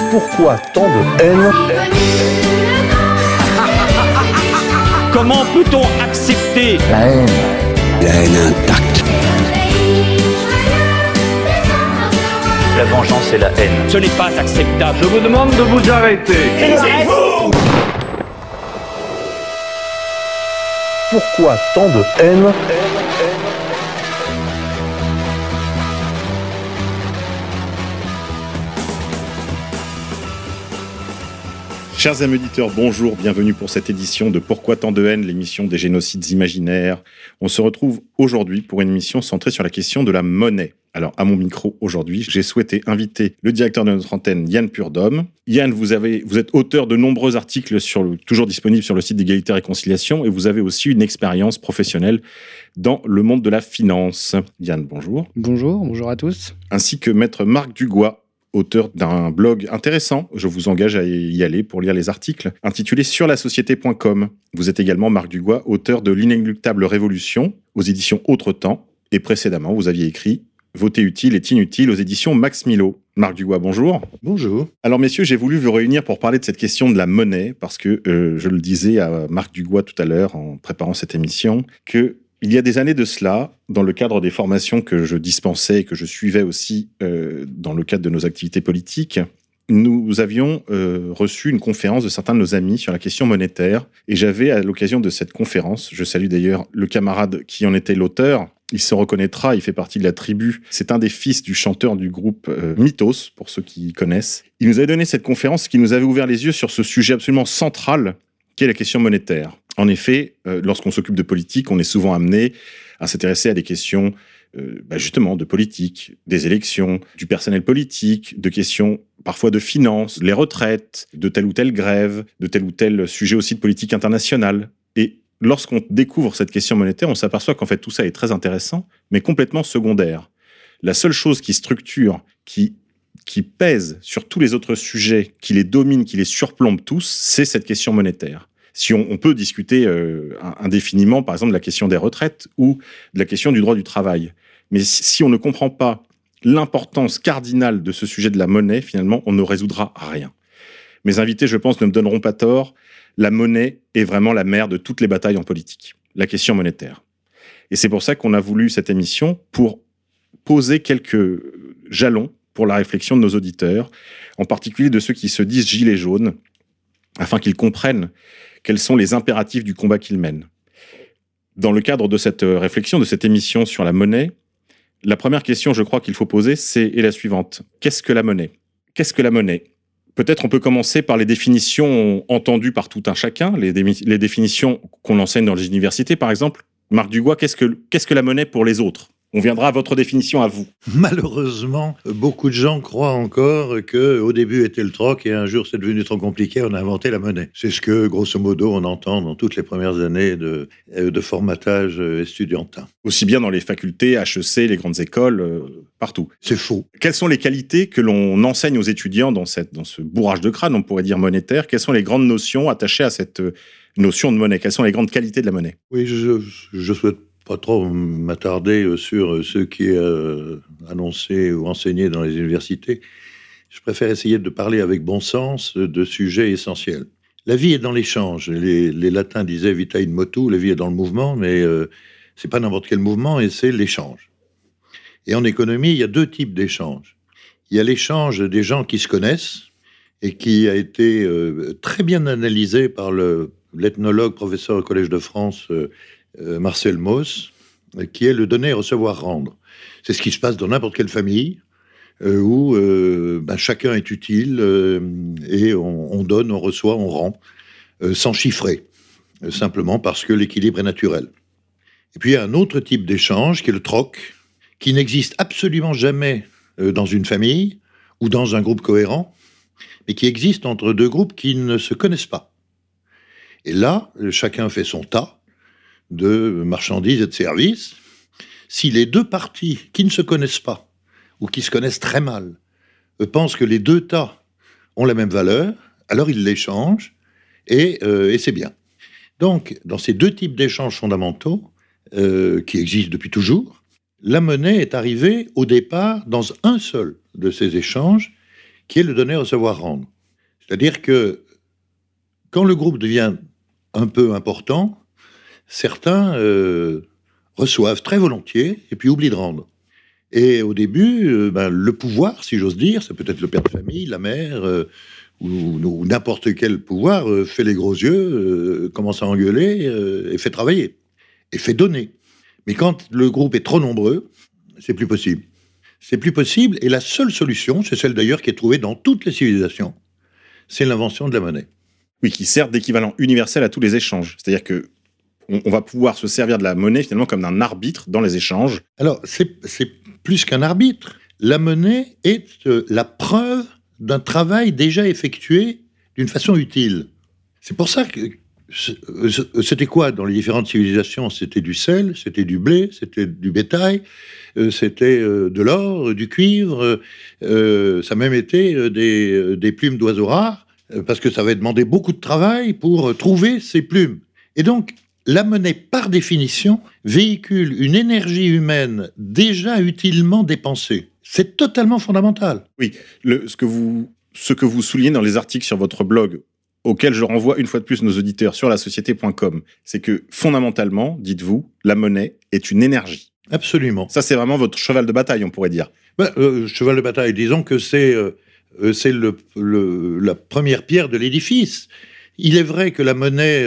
Pourquoi tant de haine? Comment peut-on accepter La haine. La haine intacte. La vengeance et la haine? Ce n'est pas acceptable. Je vous demande de vous arrêter. Taisez-vous! Pourquoi tant de haine? Chers amis auditeurs, bonjour, bienvenue pour cette édition de Pourquoi tant de haine, l'émission des génocides imaginaires. On se retrouve aujourd'hui pour une émission centrée sur la question de la monnaie. Alors, à mon micro aujourd'hui, j'ai souhaité inviter le directeur de notre antenne, Yann Purdom. Yann, vous êtes auteur de nombreux articles toujours disponibles sur le site d'Égalité et Réconciliation, et vous avez aussi une expérience professionnelle dans le monde de la finance. Yann, bonjour. Bonjour à tous. Ainsi que maître Marc Dugois, auteur d'un blog intéressant, je vous engage à y aller pour lire les articles, intitulé surlasociété.com. Vous êtes également, Marc Dugois, auteur de L'inéluctable révolution, aux éditions Autre Temps, et précédemment, vous aviez écrit Voter utile est inutile, aux éditions Max Milo. Marc Dugois, bonjour. Bonjour. Alors messieurs, j'ai voulu vous réunir pour parler de cette question de la monnaie, parce que je le disais à Marc Dugois tout à l'heure, en préparant cette émission, que il y a des années de cela, dans le cadre des formations que je dispensais et que je suivais aussi dans le cadre de nos activités politiques, nous avions reçu une conférence de certains de nos amis sur la question monétaire. Et j'avais, à l'occasion de cette conférence, je salue d'ailleurs le camarade qui en était l'auteur, il se reconnaîtra, il fait partie de la tribu. C'est un des fils du chanteur du groupe Mythos, pour ceux qui connaissent. Il nous avait donné cette conférence qui nous avait ouvert les yeux sur ce sujet absolument central qu'est la question monétaire. En effet, lorsqu'on s'occupe de politique, on est souvent amené à s'intéresser à des questions justement de politique, des élections, du personnel politique, de questions parfois de finances, les retraites, de telle ou telle grève, de tel ou tel sujet aussi de politique internationale. Et lorsqu'on découvre cette question monétaire, on s'aperçoit qu'en fait tout ça est très intéressant, mais complètement secondaire. La seule chose qui structure, qui pèse sur tous les autres sujets, qui les domine, qui les surplombe tous, c'est cette question monétaire. Si on peut discuter indéfiniment, par exemple, de la question des retraites ou de la question du droit du travail. Mais si on ne comprend pas l'importance cardinale de ce sujet de la monnaie, finalement, on ne résoudra rien. Mes invités, je pense, ne me donneront pas tort. La monnaie est vraiment la mère de toutes les batailles en politique, la question monétaire. Et c'est pour ça qu'on a voulu cette émission pour poser quelques jalons pour la réflexion de nos auditeurs, en particulier de ceux qui se disent gilets jaunes, afin qu'ils comprennent quels sont les impératifs du combat qu'ils mènent. Dans le cadre de cette réflexion, de cette émission sur la monnaie, la première question, je crois, qu'il faut poser, est la suivante. Qu'est-ce que la monnaie ? Qu'est-ce que la monnaie ? Peut-être on peut commencer par les définitions entendues par tout un chacun, les définitions qu'on enseigne dans les universités, par exemple. Marc Dugois, qu'est-ce que la monnaie pour les autres ? On viendra à votre définition à vous. Malheureusement, beaucoup de gens croient encore qu'au début était le troc et un jour c'est devenu trop compliqué, on a inventé la monnaie. C'est ce que, grosso modo, on entend dans toutes les premières années de formatage estudiantin. Aussi bien dans les facultés, HEC, les grandes écoles, partout. C'est faux. Quelles sont les qualités que l'on enseigne aux étudiants dans ce bourrage de crâne, on pourrait dire monétaire ? Quelles sont les grandes notions attachées à cette notion de monnaie ? Quelles sont les grandes qualités de la monnaie ? Oui, je souhaite pas trop m'attarder sur ce qui est annoncé ou enseigné dans les universités. Je préfère essayer de parler avec bon sens de sujets essentiels. La vie est dans l'échange. Les latins disaient vita in motu, la vie est dans le mouvement, mais c'est pas n'importe quel mouvement et c'est l'échange. Et en économie, il y a deux types d'échanges. Il y a l'échange des gens qui se connaissent et qui a été très bien analysé par l'ethnologue professeur au Collège de France Marcel Mauss, qui est le donner, recevoir, rendre. C'est ce qui se passe dans n'importe quelle famille où chacun est utile et on donne, on reçoit, on rend, sans chiffrer, simplement parce que l'équilibre est naturel. Et puis il y a un autre type d'échange qui est le troc, qui n'existe absolument jamais dans une famille ou dans un groupe cohérent, mais qui existe entre deux groupes qui ne se connaissent pas. Et là, chacun fait son tas de marchandises et de services. Si les deux parties qui ne se connaissent pas ou qui se connaissent très mal pensent que les deux tas ont la même valeur, alors ils l'échangent et c'est bien. Donc, dans ces deux types d'échanges fondamentaux qui existent depuis toujours, la monnaie est arrivée au départ dans un seul de ces échanges qui est le donner-recevoir-rendre. C'est-à-dire que quand le groupe devient un peu important, certains reçoivent très volontiers et puis oublient de rendre. Et au début, le pouvoir, si j'ose dire, c'est peut-être le père de famille, la mère, ou n'importe quel pouvoir, fait les gros yeux, commence à engueuler et fait travailler, et fait donner. Mais quand le groupe est trop nombreux, c'est plus possible. C'est plus possible, et la seule solution, c'est celle d'ailleurs qui est trouvée dans toutes les civilisations, c'est l'invention de la monnaie. Oui, qui sert d'équivalent universel à tous les échanges. C'est-à-dire que on va pouvoir se servir de la monnaie finalement comme d'un arbitre dans les échanges. Alors, c'est plus qu'un arbitre. La monnaie est la preuve d'un travail déjà effectué d'une façon utile. C'est pour ça que c'était quoi dans les différentes civilisations? C'était du sel, c'était du blé, c'était du bétail, c'était de l'or, du cuivre, ça a même été des plumes d'oiseaux rares, parce que ça avait demandé beaucoup de travail pour trouver ces plumes. Et donc, la monnaie, par définition, véhicule une énergie humaine déjà utilement dépensée. C'est totalement fondamental. Oui, ce que vous soulignez dans les articles sur votre blog, auquel je renvoie une fois de plus nos auditeurs sur lasociété.com, c'est que fondamentalement, dites-vous, la monnaie est une énergie. Absolument. Ça, c'est vraiment votre cheval de bataille, on pourrait dire. Cheval de bataille, disons que c'est la première pierre de l'édifice. Il est vrai que la monnaie,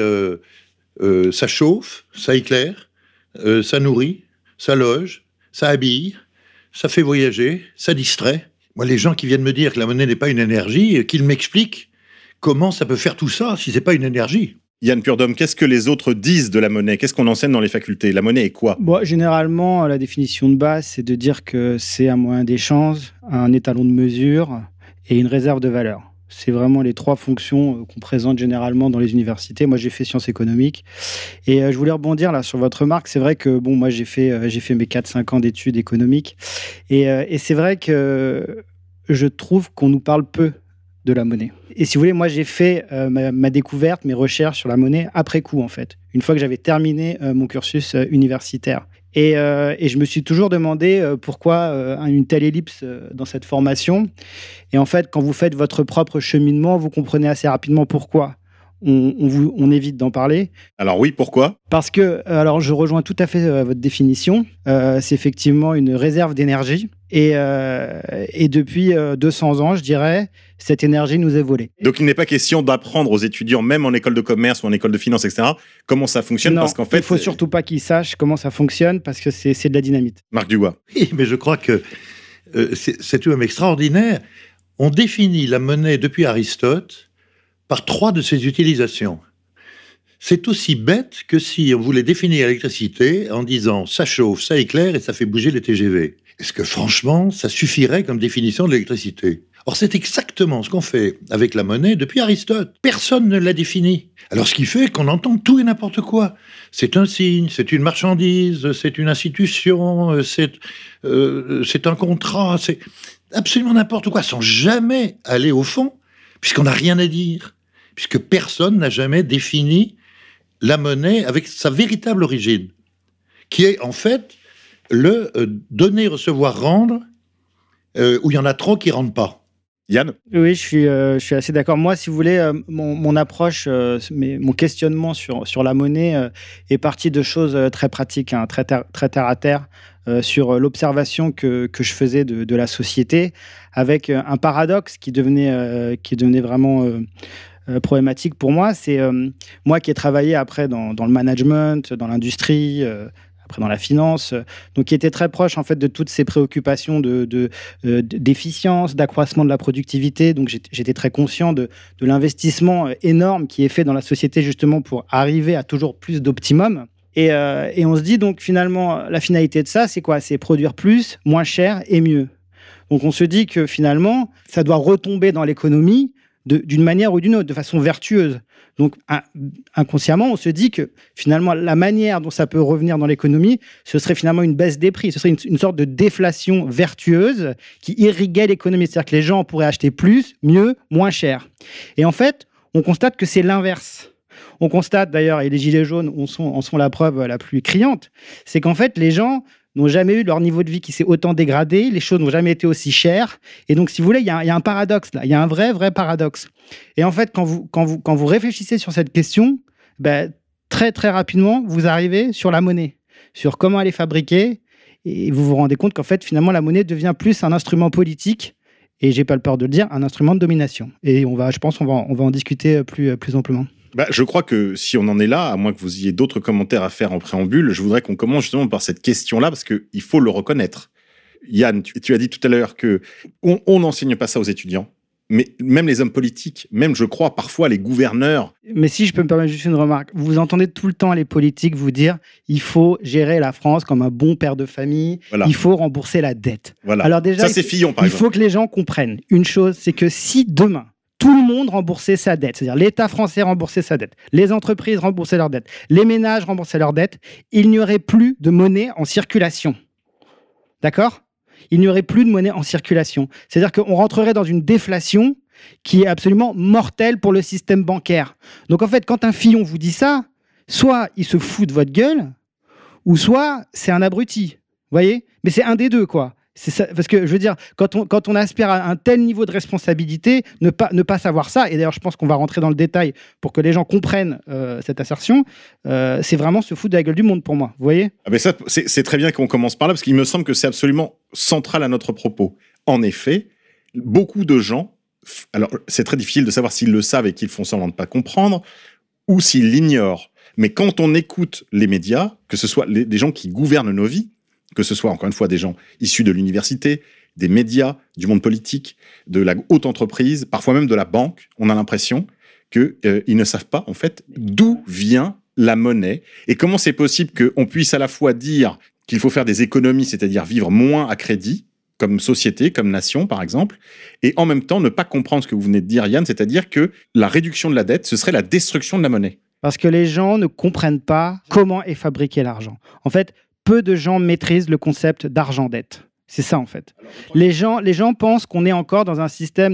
ça chauffe, ça éclaire, ça nourrit, ça loge, ça habille, ça fait voyager, ça distrait. Moi, les gens qui viennent me dire que la monnaie n'est pas une énergie, qu'ils m'expliquent comment ça peut faire tout ça si c'est pas une énergie. Yann Purdom, qu'est-ce que les autres disent de la monnaie? Qu'est-ce qu'on enseigne dans les facultés? La monnaie est quoi? Généralement, la définition de base, c'est de dire que c'est un moyen d'échange, un étalon de mesure et une réserve de valeur. C'est vraiment les trois fonctions qu'on présente généralement dans les universités. Moi, j'ai fait sciences économiques. Et je voulais rebondir là sur votre remarque. C'est vrai que moi, j'ai fait mes 4-5 ans d'études économiques. Et c'est vrai que je trouve qu'on nous parle peu de la monnaie. Et si vous voulez, moi, j'ai fait ma découverte, mes recherches sur la monnaie après coup, en fait. Une fois que j'avais terminé mon cursus universitaire. Et je me suis toujours demandé pourquoi une telle ellipse dans cette formation. Et en fait, quand vous faites votre propre cheminement, vous comprenez assez rapidement pourquoi on évite d'en parler. Alors oui, pourquoi? Parce que, alors je rejoins tout à fait votre définition, c'est effectivement une réserve d'énergie. Et depuis 200 ans, je dirais, cette énergie nous est volée. Donc il n'est pas question d'apprendre aux étudiants, même en école de commerce ou en école de finance, etc., comment ça fonctionne, non, parce qu'en fait... il ne faut surtout pas qu'ils sachent comment ça fonctionne, parce que c'est de la dynamite. Marc Dugois. Oui, mais je crois que c'est tout de même extraordinaire. On définit la monnaie depuis Aristote par 3 de ses utilisations. C'est aussi bête que si on voulait définir l'électricité en disant ça chauffe, ça éclaire et ça fait bouger les TGV. Est-ce que franchement, ça suffirait comme définition de l'électricité? Or, c'est exactement ce qu'on fait avec la monnaie depuis Aristote. Personne ne l'a définie. Alors, ce qui fait qu'on entend tout et n'importe quoi. C'est un signe, c'est une marchandise, c'est une institution, c'est un contrat, c'est absolument n'importe quoi, sans jamais aller au fond, puisqu'on n'a rien à dire, puisque personne n'a jamais défini la monnaie avec sa véritable origine, qui est en fait le donner, recevoir, rendre, où il y en a trop qui ne rendent pas. Yann? Oui, je suis assez d'accord. Moi, si vous voulez, mon approche, mon questionnement sur la monnaie est parti de choses très pratiques, hein, très terre à terre, sur l'observation que je faisais de la société, avec un paradoxe qui devenait vraiment problématique pour moi. C'est moi qui ai travaillé après dans le management, dans l'industrie, après dans la finance, donc qui était très proche en fait de toutes ces préoccupations d'efficience, d'accroissement de la productivité. Donc j'étais très conscient de l'investissement énorme qui est fait dans la société justement pour arriver à toujours plus d'optimum. Et on se dit donc finalement la finalité de ça, c'est quoi? C'est produire plus, moins cher et mieux. Donc on se dit que finalement ça doit retomber dans l'économie d'une manière ou d'une autre, de façon vertueuse. Donc, inconsciemment, on se dit que finalement, la manière dont ça peut revenir dans l'économie, ce serait finalement une baisse des prix. Ce serait une sorte de déflation vertueuse qui irriguait l'économie. C'est-à-dire que les gens pourraient acheter plus, mieux, moins cher. Et en fait, on constate que c'est l'inverse. On constate d'ailleurs, et les Gilets jaunes en sont la preuve la plus criante, c'est qu'en fait, les gens n'ont jamais eu leur niveau de vie qui s'est autant dégradé, les choses n'ont jamais été aussi chères. Et donc, si vous voulez, il y a un paradoxe là, il y a un vrai paradoxe. Et en fait, quand vous réfléchissez sur cette question, très, très rapidement, vous arrivez sur la monnaie, sur comment elle est fabriquée, et vous vous rendez compte qu'en fait, finalement, la monnaie devient plus un instrument politique, et j'ai pas peur de le dire, un instrument de domination. Et je pense qu'on va en discuter plus amplement. Je crois que si on en est là, à moins que vous ayez d'autres commentaires à faire en préambule, je voudrais qu'on commence justement par cette question-là, parce qu'il faut le reconnaître. Yann, tu as dit tout à l'heure qu'on n'enseigne pas ça aux étudiants, mais même les hommes politiques, même je crois parfois les gouverneurs. Mais si je peux me permettre juste une remarque, vous entendez tout le temps les politiques vous dire il faut gérer la France comme un bon père de famille, voilà. Il faut rembourser la dette. Voilà. Alors déjà, ça c'est Fillon par exemple. Il faut que les gens comprennent une chose, c'est que si demain, tout le monde remboursait sa dette, c'est-à-dire l'État français remboursait sa dette, les entreprises remboursaient leur dette, les ménages remboursaient leur dette, il n'y aurait plus de monnaie en circulation. D'accord ? Il n'y aurait plus de monnaie en circulation. C'est-à-dire qu'on rentrerait dans une déflation qui est absolument mortelle pour le système bancaire. Donc en fait, quand un Fillon vous dit ça, soit il se fout de votre gueule, ou soit c'est un abruti. Vous voyez ? Mais c'est un des deux, quoi. C'est ça, parce que je veux dire, quand on aspire à un tel niveau de responsabilité, ne pas savoir ça, et d'ailleurs je pense qu'on va rentrer dans le détail pour que les gens comprennent cette assertion, c'est vraiment se foutre de la gueule du monde pour moi, vous voyez ? Mais ça, c'est très bien qu'on commence par là, parce qu'il me semble que c'est absolument central à notre propos. En effet, beaucoup de gens, alors c'est très difficile de savoir s'ils le savent et qu'ils font semblant de ne pas comprendre, ou s'ils l'ignorent, mais quand on écoute les médias, que ce soit des gens qui gouvernent nos vies, que ce soit, encore une fois, des gens issus de l'université, des médias, du monde politique, de la haute entreprise, parfois même de la banque, on a l'impression qu'ils ne savent pas, en fait, d'où vient la monnaie et comment c'est possible qu'on puisse à la fois dire qu'il faut faire des économies, c'est-à-dire vivre moins à crédit, comme société, comme nation, par exemple, et en même temps ne pas comprendre ce que vous venez de dire, Yann, c'est-à-dire que la réduction de la dette, ce serait la destruction de la monnaie. Parce que les gens ne comprennent pas comment est fabriqué l'argent. En fait, peu de gens maîtrisent le concept d'argent-dette. C'est ça, en fait. Les gens pensent qu'on est encore dans un système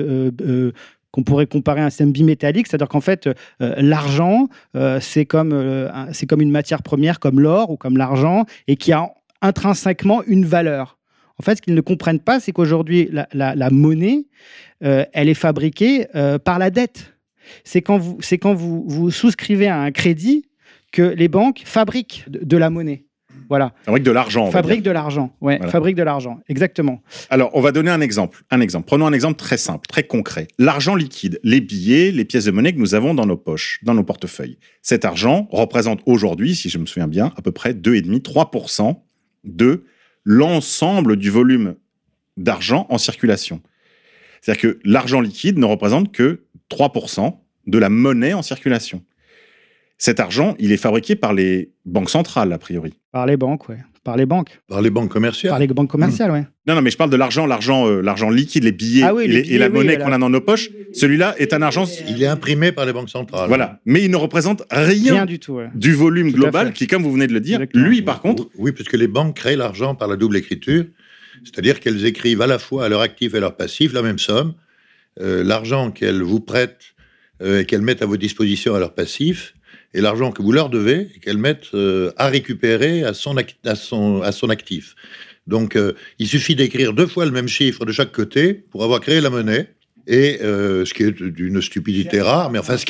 qu'on pourrait comparer à un système bimétallique, c'est-à-dire qu'en fait, l'argent, c'est comme une matière première, comme l'or ou comme l'argent, et qui a intrinsèquement une valeur. En fait, ce qu'ils ne comprennent pas, c'est qu'aujourd'hui, la monnaie, elle est fabriquée par la dette. C'est quand vous souscrivez à un crédit que les banques fabriquent de la monnaie. Voilà. Fabrique de l'argent. Fabrique de l'argent, ouais. Voilà. Fabrique de l'argent, exactement. Alors, on va donner un exemple. Prenons un exemple très simple, très concret. L'argent liquide, les billets, les pièces de monnaie que nous avons dans nos poches, dans nos portefeuilles. Cet argent représente aujourd'hui, si je me souviens bien, à peu près 2,5-3% de l'ensemble du volume d'argent en circulation. C'est-à-dire que l'argent liquide ne représente que 3% de la monnaie en circulation. Cet argent, il est fabriqué par les banques centrales, a priori. Par les banques, oui. Par les banques. Par les banques commerciales. Par les banques commerciales, oui. Non, mais je parle de l'argent liquide, les billets, et la monnaie qu'on a dans nos poches. Celui-là est un argent... Il est imprimé par les banques centrales. Voilà. Mais il ne représente rien du tout, ouais. Du volume global qui, comme vous venez de le dire, exactement. Lui, par contre... Oui, puisque les banques créent l'argent par la double écriture, c'est-à-dire qu'elles écrivent à la fois à leur actif et à leur passif la même somme. L'argent qu'elles vous prêtent et qu'elles mettent à vos dispositions à leur passif, et l'argent que vous leur devez et qu'elles mettent à récupérer à son actif. Donc, il suffit d'écrire 2 fois le même chiffre de chaque côté pour avoir créé la monnaie, et ce qui est d'une stupidité rare, mais enfin,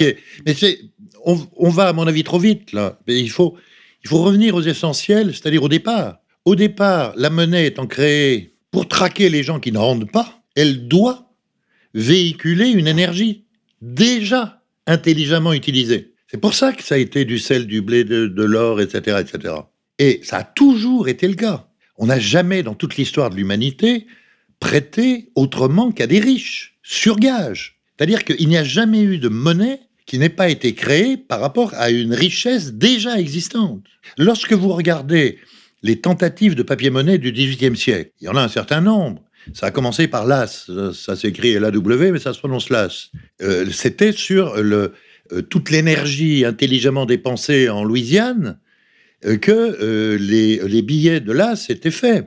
on va, à mon avis, trop vite, là. Mais il faut revenir aux essentiels, c'est-à-dire au départ. Au départ, la monnaie étant créée pour traquer les gens qui ne rendent pas, elle doit véhiculer une énergie déjà intelligemment utilisée. C'est pour ça que ça a été du sel, du blé, de l'or, etc., etc. Et ça a toujours été le cas. On n'a jamais, dans toute l'histoire de l'humanité, prêté autrement qu'à des riches, sur gage. C'est-à-dire qu'il n'y a jamais eu de monnaie qui n'ait pas été créée par rapport à une richesse déjà existante. Lorsque vous regardez les tentatives de papier-monnaie du XVIIIe siècle, il y en a un certain nombre. Ça a commencé par l'AS, ça s'écrit L-A-W, mais ça se prononce l'AS. C'était sur toute l'énergie intelligemment dépensée en Louisiane que les billets de l'AS étaient faits.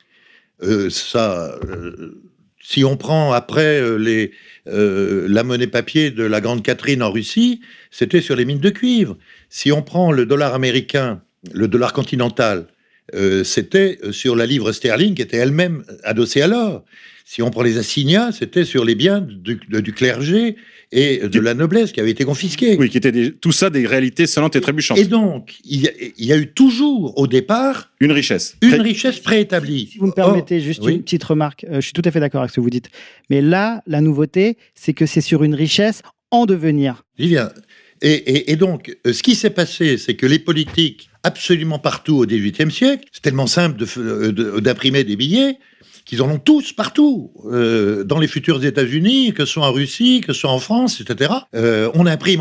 Si on prend après la monnaie papier de la Grande Catherine en Russie, c'était sur les mines de cuivre. Si on prend le dollar américain, le dollar continental, c'était sur la livre sterling qui était elle-même adossée à l'or. Si on prend les assignats, c'était sur les biens du clergé et de la noblesse qui avaient été confisqués. Oui, qui étaient tout ça des réalités sonnantes et trébuchantes. Et donc, il y a eu toujours, au départ, une richesse. Une richesse préétablie. Si vous me permettez juste une petite remarque, je suis tout à fait d'accord avec ce que vous dites. Mais là, la nouveauté, c'est que c'est sur une richesse en devenir. J'y viens. Et donc, ce qui s'est passé, c'est que les politiques, absolument partout au XVIIIe siècle, c'est tellement simple d'imprimer des billets, qu'ils en ont tous partout, dans les futurs États-Unis, que ce soit en Russie, que ce soit en France, etc. On imprime,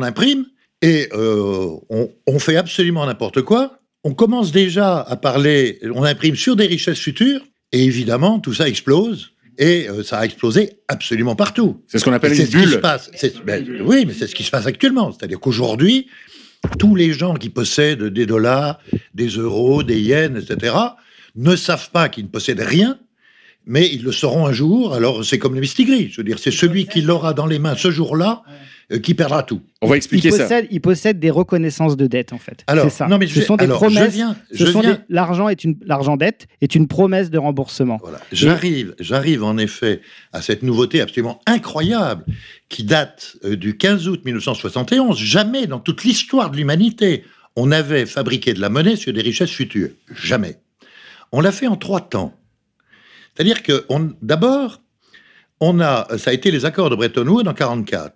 et on fait absolument n'importe quoi. On commence déjà à parler, on imprime sur des richesses futures, et évidemment, tout ça explose. Et ça a explosé absolument partout. C'est ce qu'on appelle une bulle. Oui, mais c'est ce qui se passe actuellement. C'est-à-dire qu'aujourd'hui, tous les gens qui possèdent des dollars, des euros, des yens, etc., ne savent pas qu'ils ne possèdent rien, mais ils le sauront un jour. Alors, c'est comme le mistigris. Je veux dire, c'est celui qui l'aura dans les mains ce jour-là qui perdra tout. On va expliquer ça. Il possède des reconnaissances de dette, en fait. Alors, c'est ça. Non, mais ce sont des promesses. L'argent dette est une promesse de remboursement. Voilà. J'arrive en effet à cette nouveauté absolument incroyable qui date du 15 août 1971. Jamais dans toute l'histoire de l'humanité, on avait fabriqué de la monnaie sur des richesses futures. Jamais. On l'a fait en 3 temps. C'est-à-dire que, d'abord, ça a été les accords de Bretton Woods en 1944,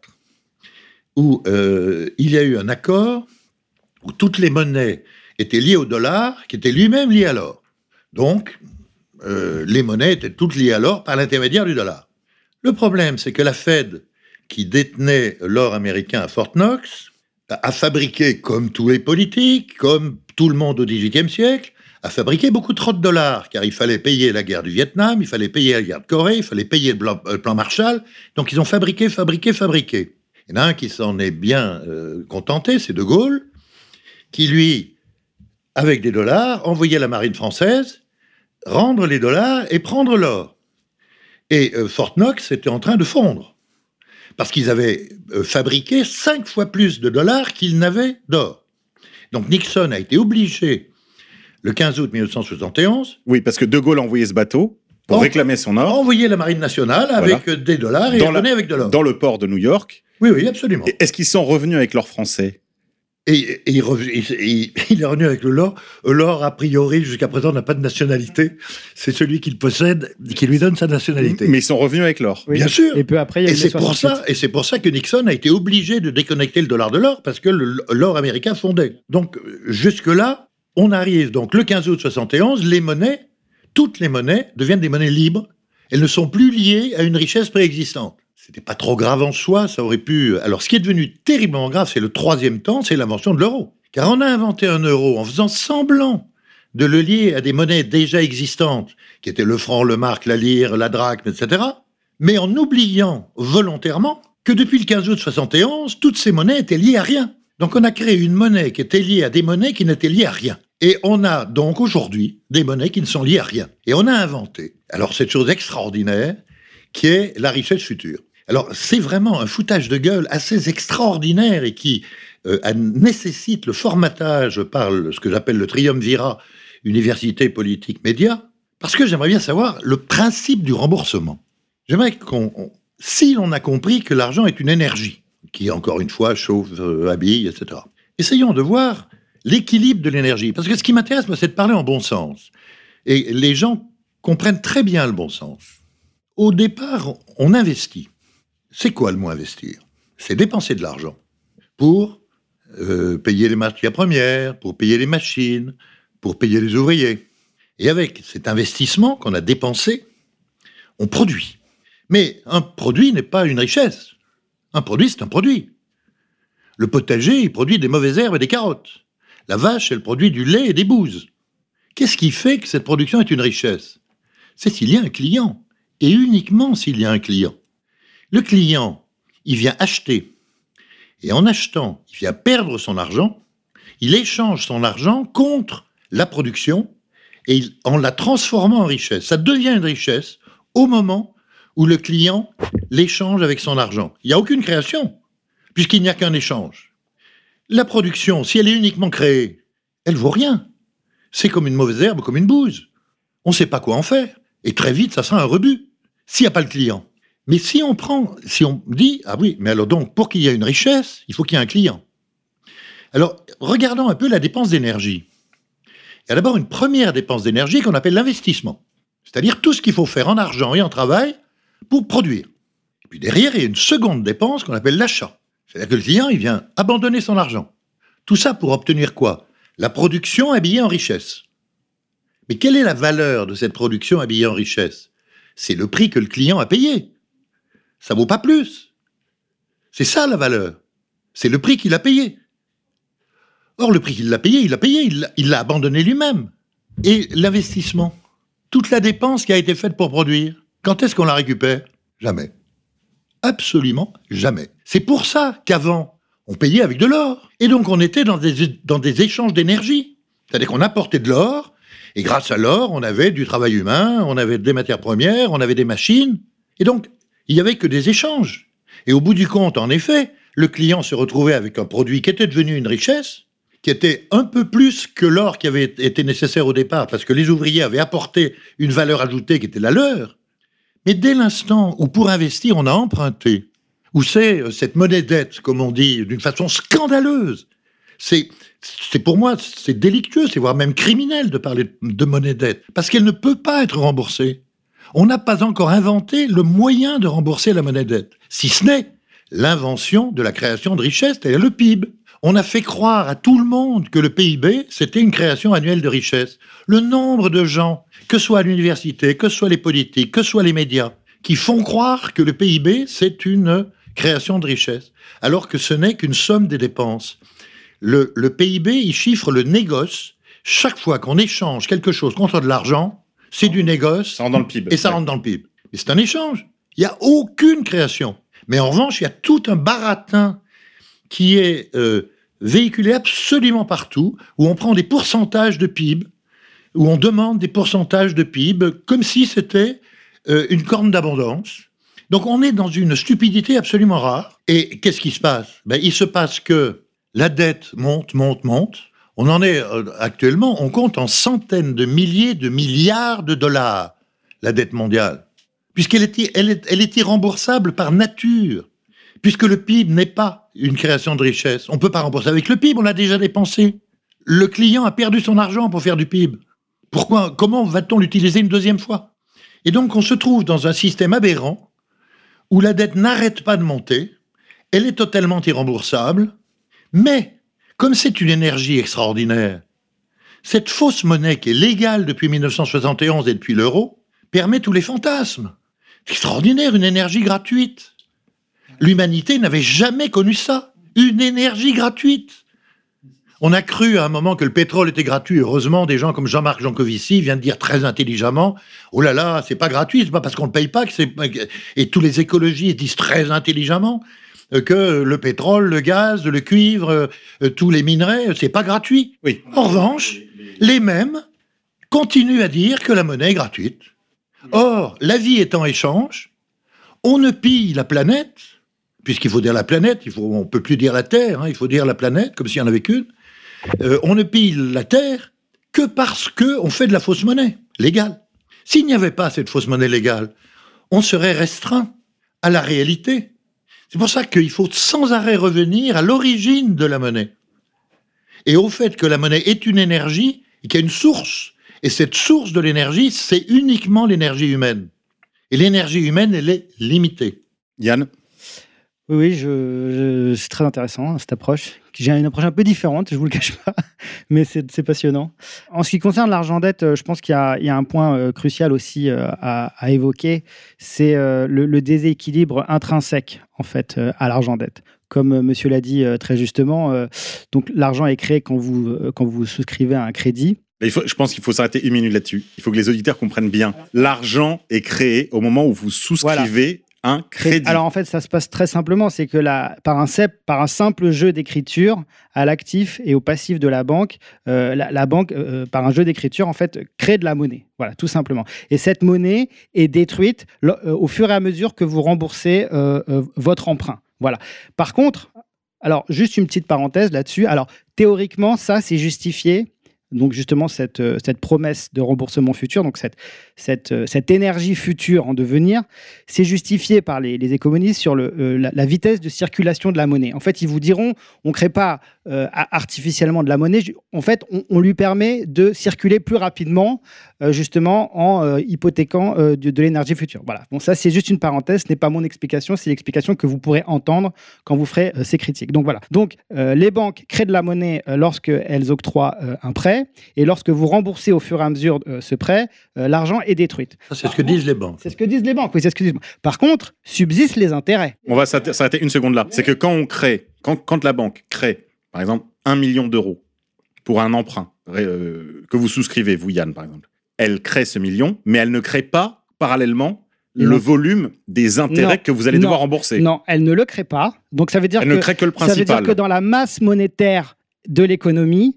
où il y a eu un accord où toutes les monnaies étaient liées au dollar, qui était lui-même lié à l'or. Donc, les monnaies étaient toutes liées à l'or par l'intermédiaire du dollar. Le problème, c'est que la Fed, qui détenait l'or américain à Fort Knox, a fabriqué, comme tous les politiques, comme tout le monde au XVIIIe siècle, a fabriqué beaucoup trop de dollars, car il fallait payer la guerre du Vietnam, il fallait payer la guerre de Corée, il fallait payer le plan Marshall. Donc ils ont fabriqué. Il y en a un qui s'en est bien contenté, c'est De Gaulle, qui lui, avec des dollars, envoyait la marine française rendre les dollars et prendre l'or. Et Fort Knox était en train de fondre, parce qu'ils avaient fabriqué 5 fois plus de dollars qu'ils n'avaient d'or. Donc Nixon a été obligé, le 15 août 1971... Oui, parce que De Gaulle a envoyé ce bateau pour réclamer son or. Envoyé la marine nationale avec des dollars et revenait avec de l'or. Dans le port de New York. Oui, absolument. Et est-ce qu'ils sont revenus avec l'or français ? Et il est revenu avec le l'or. L'or, a priori, jusqu'à présent, n'a pas de nationalité. C'est celui qu'il possède qui lui donne sa nationalité. Mais ils sont revenus avec l'or. Oui. Bien sûr. Et peu après, il y a eu c'est pour ça que Nixon a été obligé de déconnecter le dollar de l'or, parce que l'or américain fondait. Donc, jusque-là, on arrive donc le 15 août 71, toutes les monnaies deviennent des monnaies libres. Elles ne sont plus liées à une richesse préexistante. C'était pas trop grave en soi, ça aurait pu... Alors, ce qui est devenu terriblement grave, c'est le 3e temps, c'est l'invention de l'euro. Car on a inventé un euro en faisant semblant de le lier à des monnaies déjà existantes, qui étaient le franc, le mark, la lire, la drachme, etc., mais en oubliant volontairement que depuis le 15 août 71, toutes ces monnaies étaient liées à rien. Donc on a créé une monnaie qui était liée à des monnaies qui n'étaient liées à rien. Et on a donc aujourd'hui des monnaies qui ne sont liées à rien. Et on a inventé, alors cette chose extraordinaire, qui est la richesse future. Alors c'est vraiment un foutage de gueule assez extraordinaire et qui nécessite le formatage par ce que j'appelle le triumvirat université, politique, médias, parce que j'aimerais bien savoir le principe du remboursement. J'aimerais si l'on a compris que l'argent est une énergie, qui, encore une fois, chauffe, habille, etc. Essayons de voir l'équilibre de l'énergie. Parce que ce qui m'intéresse, moi, c'est de parler en bon sens. Et les gens comprennent très bien le bon sens. Au départ, on investit. C'est quoi le mot investir ? C'est dépenser de l'argent pour payer les matières premières, pour payer les machines, pour payer les ouvriers. Et avec cet investissement qu'on a dépensé, on produit. Mais un produit n'est pas une richesse. Un produit, c'est un produit. Le potager, il produit des mauvaises herbes et des carottes. La vache, elle produit du lait et des bouses. Qu'est-ce qui fait que cette production est une richesse ? C'est s'il y a un client, et uniquement s'il y a un client. Le client, il vient acheter, et en achetant, il vient perdre son argent, il échange son argent contre la production, et en la transformant en richesse. Ça devient une richesse au moment où le client l'échange avec son argent. Il n'y a aucune création, puisqu'il n'y a qu'un échange. La production, si elle est uniquement créée, elle ne vaut rien. c'est comme une mauvaise herbe, comme une bouse. On ne sait pas quoi en faire. Et très vite, ça sera un rebut, s'il n'y a pas le client. Mais si on dit, ah oui, mais alors donc, pour qu'il y ait une richesse, il faut qu'il y ait un client. Alors, regardons un peu la dépense d'énergie. Il y a d'abord une première dépense d'énergie qu'on appelle l'investissement. C'est-à-dire tout ce qu'il faut faire en argent et en travail pour produire. Et puis derrière, il y a une seconde dépense qu'on appelle l'achat. C'est-à-dire que le client, il vient abandonner son argent. Tout ça pour obtenir quoi? La production habillée en richesse. Mais quelle est la valeur de cette production habillée en richesse? C'est le prix que le client a payé. Ça vaut pas plus. C'est ça la valeur. C'est le prix qu'il a payé. Or, le prix qu'il a payé, il l'a abandonné lui-même. Et l'investissement, toute la dépense qui a été faite pour produire, quand est-ce qu'on la récupère? Jamais. Absolument jamais. C'est pour ça qu'avant, on payait avec de l'or. Et donc, on était dans des échanges d'énergie. C'est-à-dire qu'on apportait de l'or, et grâce à l'or, on avait du travail humain, on avait des matières premières, on avait des machines. Et donc, il n'y avait que des échanges. Et au bout du compte, en effet, le client se retrouvait avec un produit qui était devenu une richesse, qui était un peu plus que l'or qui avait été nécessaire au départ, parce que les ouvriers avaient apporté une valeur ajoutée qui était la leur. Mais dès l'instant où pour investir, on a emprunté, où c'est cette monnaie dette, comme on dit, d'une façon scandaleuse, c'est pour moi, c'est délictueux, c'est voire même criminel de parler de monnaie dette, parce qu'elle ne peut pas être remboursée. On n'a pas encore inventé le moyen de rembourser la monnaie dette, si ce n'est l'invention de la création de richesse, c'est-à-dire le PIB. On a fait croire à tout le monde que le PIB, c'était une création annuelle de richesse. Le nombre de gens, que ce soit à l'université, que ce soit les politiques, que ce soit les médias, qui font croire que le PIB, c'est une création de richesse, alors que ce n'est qu'une somme des dépenses. Le PIB, il chiffre le négoce. Chaque fois qu'on échange quelque chose contre de l'argent, c'est du négoce. Ça rentre dans le PIB. Et ça rentre dans le PIB. Mais c'est un échange. Il n'y a aucune création. Mais en revanche, il y a tout un baratin qui est véhiculé absolument partout, où on prend des pourcentages de PIB, où on demande des pourcentages de PIB, comme si c'était une corne d'abondance. Donc on est dans une stupidité absolument rare. Et qu'est-ce qui se passe? Il se passe que la dette monte. On en est actuellement, on compte en centaines de milliers de milliards de dollars, la dette mondiale, puisqu'elle est irremboursable par nature. Puisque le PIB n'est pas une création de richesse. On ne peut pas rembourser avec le PIB, on l'a déjà dépensé. Le client a perdu son argent pour faire du PIB. Comment va-t-on l'utiliser une deuxième fois? Et donc on se trouve dans un système aberrant où la dette n'arrête pas de monter, elle est totalement irremboursable, mais comme c'est une énergie extraordinaire, cette fausse monnaie qui est légale depuis 1971 et depuis l'euro permet tous les fantasmes. C'est extraordinaire, une énergie gratuite. L'humanité n'avait jamais connu ça, une énergie gratuite. On a cru à un moment que le pétrole était gratuit. Heureusement, des gens comme Jean-Marc Jancovici viennent dire très intelligemment « Oh là là, c'est pas gratuit, c'est pas parce qu'on ne paye pas que c'est... » Et tous les écologistes disent très intelligemment que le pétrole, le gaz, le cuivre, tous les minerais, c'est pas gratuit. Oui. En revanche, les mêmes continuent à dire que la monnaie est gratuite. Or, la vie est en échange, on ne pille la planète, puisqu'il faut dire la planète, on ne peut plus dire la Terre, il faut dire la planète, comme s'il n'y en avait qu'une. On ne pille la Terre que parce qu'on fait de la fausse monnaie légale. S'il n'y avait pas cette fausse monnaie légale, on serait restreint à la réalité. C'est pour ça qu'il faut sans arrêt revenir à l'origine de la monnaie. Et au fait que la monnaie est une énergie et qu'il y a une source. Et cette source de l'énergie, c'est uniquement l'énergie humaine. Et l'énergie humaine, elle est limitée. Yann? Oui, c'est très intéressant, cette approche. J'ai une approche un peu différente, je ne vous le cache pas, mais c'est passionnant. En ce qui concerne l'argent dette, je pense qu'il y a un point crucial aussi à évoquer, c'est le déséquilibre intrinsèque, en fait, à l'argent dette. Comme monsieur l'a dit très justement, donc l'argent est créé quand vous souscrivez à un crédit. Je pense qu'il faut s'arrêter une minute là-dessus. Il faut que les auditeurs comprennent bien. L'argent est créé au moment où vous souscrivez un crédit. Alors en fait, ça se passe très simplement, c'est que par un simple jeu d'écriture à l'actif et au passif de la banque, la banque, par un jeu d'écriture, en fait, crée de la monnaie. Voilà, tout simplement. Et cette monnaie est détruite au fur et à mesure que vous remboursez votre emprunt. Voilà. Par contre, alors juste une petite parenthèse là-dessus. Alors théoriquement, ça c'est justifié donc justement cette promesse de remboursement futur, donc cette énergie future en devenir, c'est justifié par les économistes sur la vitesse de circulation de la monnaie. En fait, ils vous diront, on ne crée pas artificiellement de la monnaie, en fait, on lui permet de circuler plus rapidement, justement en hypothéquant de l'énergie future. Voilà. Bon, ça, c'est juste une parenthèse, ce n'est pas mon explication, c'est l'explication que vous pourrez entendre quand vous ferez ces critiques. Donc voilà. Donc, les banques créent de la monnaie lorsqu'elles octroient un prêt, et lorsque vous remboursez au fur et à mesure ce prêt, l'argent est détruit. Ça, c'est ce que disent les banques. C'est ce que disent les banques, oui, c'est ce que disent. Par contre, subsistent les intérêts. On va s'arrêter une seconde là. C'est que quand la banque crée, par exemple, 1 million d'euros pour un emprunt que vous souscrivez, vous Yann, par exemple, elle crée ce million, mais elle ne crée pas parallèlement le volume des intérêts que vous allez devoir rembourser. Non, elle ne le crée pas. Donc ça veut dire ne crée que le principal. Ça veut dire que dans la masse monétaire de l'économie,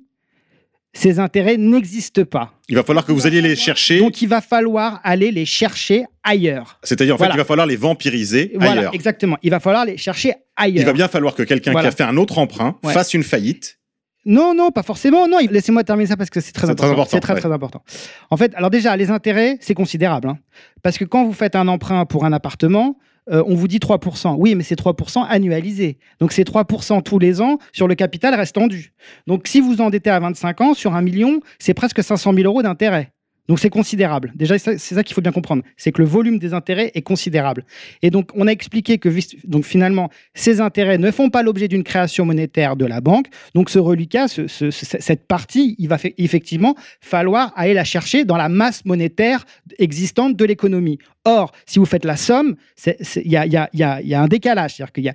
ces intérêts n'existent pas. Il va falloir que vous alliez les chercher. Donc il va falloir aller les chercher ailleurs. C'est-à-dire, en fait, il va falloir les vampiriser ailleurs. Voilà, exactement. Il va falloir les chercher ailleurs. Il va bien falloir que quelqu'un qui a fait un autre emprunt fasse une faillite. Non, pas forcément. Non, laissez-moi terminer ça parce que c'est très important. C'est très important. En fait, alors déjà, les intérêts, c'est considérable. Hein, parce que quand vous faites un emprunt pour un appartement, on vous dit 3%. Oui, mais c'est 3% annualisé. Donc, c'est 3% tous les ans sur le capital restant dû. Donc, si vous endettez à 25 ans, sur 1 million, c'est presque 500 000 euros d'intérêt. Donc, c'est considérable. Déjà, c'est ça qu'il faut bien comprendre. C'est que le volume des intérêts est considérable. Et donc, on a expliqué que donc, finalement, ces intérêts ne font pas l'objet d'une création monétaire de la banque. Donc, ce reliquat, cette partie, il va effectivement falloir aller la chercher dans la masse monétaire existante de l'économie. Or, si vous faites la somme, il y a un décalage. C'est-à-dire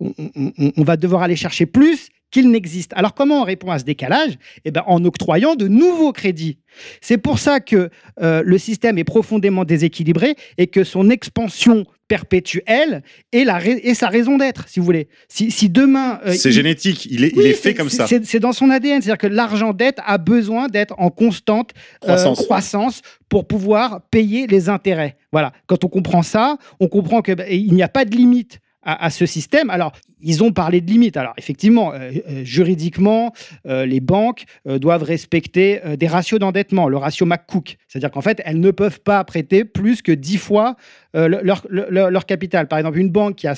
qu'on va devoir aller chercher plus qu'il n'existe. Alors, comment on répond à ce décalage ? Eh bien, en octroyant de nouveaux crédits. C'est pour ça que le système est profondément déséquilibré et que son expansion perpétuelle est sa raison d'être, si vous voulez. Si demain... c'est génétique, il est fait comme ça. C'est dans son ADN, c'est-à-dire que l'argent-dette a besoin d'être en constante croissance pour pouvoir payer les intérêts. Voilà. Quand on comprend ça, on comprend qu'il n'y a pas de limite à ce système. Alors, ils ont parlé de limites. Alors, effectivement, juridiquement, les banques doivent respecter des ratios d'endettement, le ratio McCook. C'est-à-dire qu'en fait, elles ne peuvent pas prêter plus que 10 fois leur capital. Par exemple, une banque qui a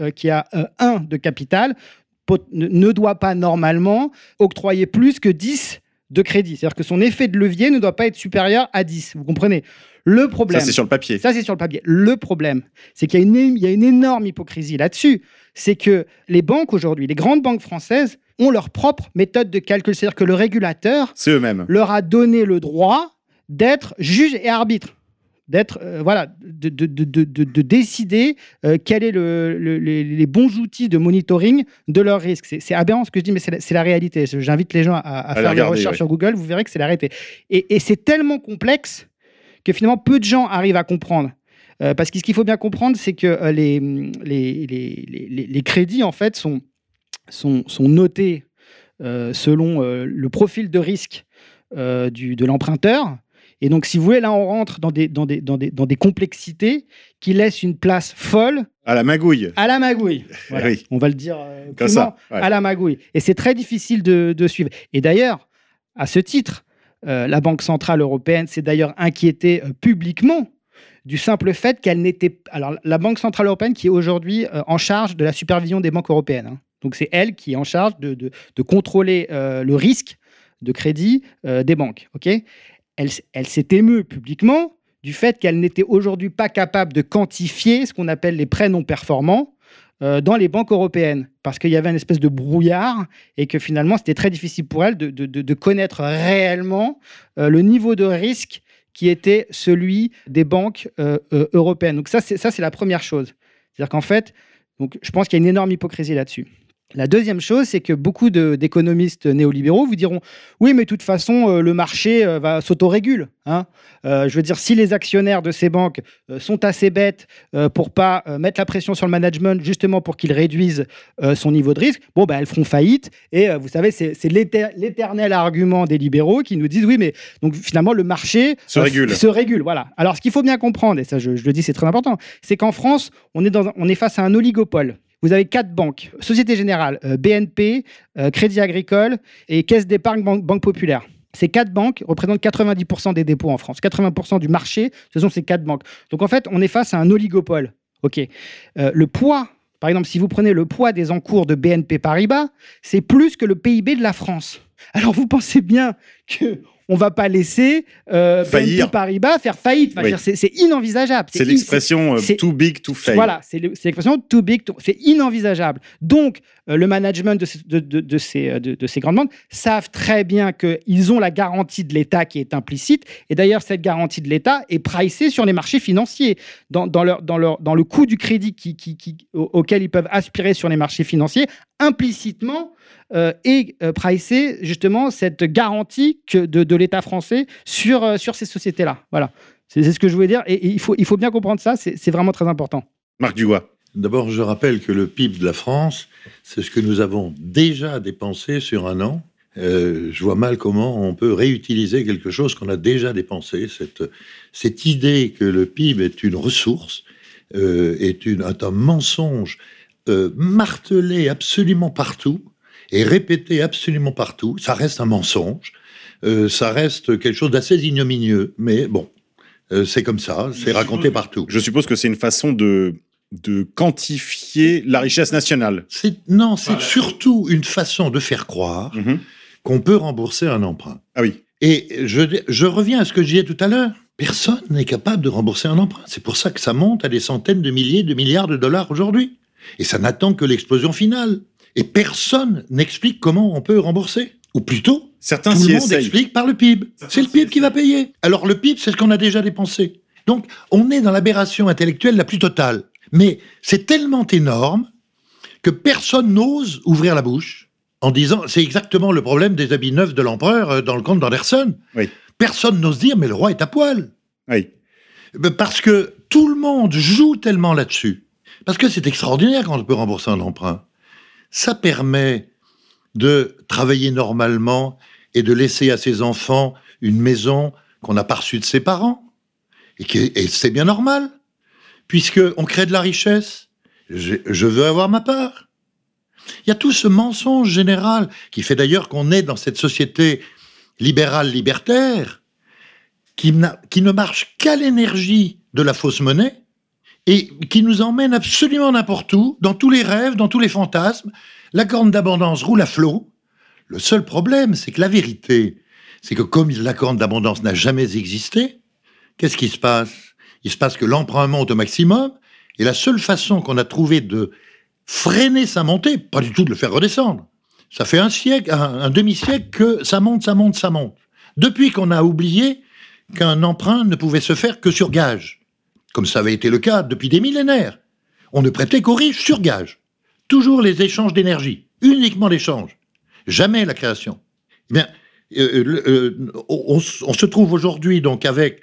1 de capital ne doit pas normalement octroyer plus que 10 de crédit. C'est-à-dire que son effet de levier ne doit pas être supérieur à 10. Vous comprenez ? Le problème... Ça, c'est sur le papier. Le problème, c'est qu'il y a une énorme hypocrisie là-dessus. C'est que les banques aujourd'hui, les grandes banques françaises, ont leur propre méthode de calcul. C'est-à-dire que le régulateur leur a donné le droit d'être juge et arbitre. De décider quels sont les bons outils de monitoring de leurs risques. C'est aberrant ce que je dis, mais c'est la réalité. J'invite les gens à faire des recherches sur Google, vous verrez que c'est la réalité. Et c'est tellement complexe que finalement peu de gens arrivent à comprendre. Parce que ce qu'il faut bien comprendre, c'est que les crédits, en fait, sont notés selon le profil de risque de l'emprunteur. Et donc, si vous voulez, là, on rentre dans des complexités qui laissent une place folle. À la magouille. Voilà. Oui. On va le dire comme ça. Ouais. À la magouille. Et c'est très difficile de suivre. Et d'ailleurs, à ce titre, la Banque Centrale Européenne s'est d'ailleurs inquiétée publiquement du simple fait qu'elle n'était... Alors, la Banque Centrale Européenne qui est aujourd'hui en charge de la supervision des banques européennes. Hein. Donc, c'est elle qui est en charge de contrôler le risque de crédit des banques. Okay ? Elle s'est émue publiquement du fait qu'elle n'était aujourd'hui pas capable de quantifier ce qu'on appelle les prêts non performants dans les banques européennes, parce qu'il y avait une espèce de brouillard et que finalement, c'était très difficile pour elle de connaître réellement le niveau de risque qui était celui des banques européennes. Donc ça, c'est la première chose. C'est-à-dire qu'en fait, donc, je pense qu'il y a une énorme hypocrisie là-dessus. La deuxième chose, c'est que beaucoup d'économistes néolibéraux vous diront « Oui, mais de toute façon, le marché va s'autorégule. Hein. Je veux dire, si les actionnaires de ces banques sont assez bêtes pour ne pas mettre la pression sur le management, justement pour qu'il réduise son niveau de risque, bon, elles feront faillite. Et vous savez, c'est l'éternel argument des libéraux qui nous disent « Oui, mais donc, finalement, le marché se régule. » Voilà. Alors, ce qu'il faut bien comprendre, et ça, je le dis, c'est très important, c'est qu'en France, on est face à un oligopole. Vous avez 4 banques, Société Générale, BNP, Crédit Agricole et Caisse d'épargne Banque Populaire. Ces 4 banques représentent 90% des dépôts en France. 80% du marché, ce sont ces 4 banques. Donc en fait, on est face à un oligopole. OK. Le poids, par exemple, si vous prenez le poids des encours de BNP Paribas, c'est plus que le PIB de la France. Alors vous pensez bien que on ne va pas laisser BNP Paribas faire faillite. Enfin, c'est inenvisageable. C'est l'expression too big to fail. Voilà, c'est l'expression too big to... C'est inenvisageable. Donc, le management de ces grandes banques savent très bien qu'ils ont la garantie de l'État qui est implicite. Et d'ailleurs, cette garantie de l'État est pricée sur les marchés financiers. Dans le coût du crédit auquel ils peuvent aspirer sur les marchés financiers, implicitement, et pricer justement cette garantie de l'État français sur ces sociétés-là. Voilà, c'est ce que je voulais dire. Et il faut bien comprendre ça, c'est vraiment très important. Marc Dugois. D'abord, je rappelle que le PIB de la France, c'est ce que nous avons déjà dépensé sur un an. Je vois mal comment on peut réutiliser quelque chose qu'on a déjà dépensé. Cette idée que le PIB est une ressource est un mensonge martelé absolument partout et répété absolument partout. Ça reste un mensonge, ça reste quelque chose d'assez ignominieux, mais bon, c'est comme ça, c'est raconté partout. Je suppose que c'est une façon de quantifier la richesse nationale. C'est surtout une façon de faire croire qu'on peut rembourser un emprunt. Ah oui. Et je reviens à ce que je disais tout à l'heure. Personne n'est capable de rembourser un emprunt. C'est pour ça que ça monte à des centaines de milliers de milliards de dollars aujourd'hui. Et ça n'attend que l'explosion finale. Et personne n'explique comment on peut rembourser. Ou plutôt, tout le monde explique par le PIB. C'est le PIB qui va payer. Alors le PIB, c'est ce qu'on a déjà dépensé. Donc, on est dans l'aberration intellectuelle la plus totale. Mais c'est tellement énorme que personne n'ose ouvrir la bouche en disant, c'est exactement le problème des habits neufs de l'empereur dans le conte d'Anderson. Oui. Personne n'ose dire, mais le roi est à poil. Oui. Parce que tout le monde joue tellement là-dessus. Parce que c'est extraordinaire quand on peut rembourser un emprunt. Ça permet de travailler normalement et de laisser à ses enfants une maison qu'on n'a pas reçue de ses parents. Et c'est bien normal, puisqu'on crée de la richesse. Je veux avoir ma part. Il y a tout ce mensonge général qui fait d'ailleurs qu'on est dans cette société libérale libertaire qui ne marche qu'à l'énergie de la fausse monnaie et qui nous emmène absolument n'importe où, dans tous les rêves, dans tous les fantasmes. La corne d'abondance roule à flot. Le seul problème, c'est que la vérité, c'est que comme la corne d'abondance n'a jamais existé, qu'est-ce qui se passe ? Il se passe que l'emprunt monte au maximum, et la seule façon qu'on a trouvé de freiner sa montée, pas du tout de le faire redescendre. Ça fait un demi-siècle que ça monte. Depuis qu'on a oublié qu'un emprunt ne pouvait se faire que sur gage, comme ça avait été le cas depuis des millénaires. On ne prêtait qu'aux riches sur gage. Toujours les échanges d'énergie, uniquement l'échange, jamais la création. Eh bien, on se trouve aujourd'hui donc avec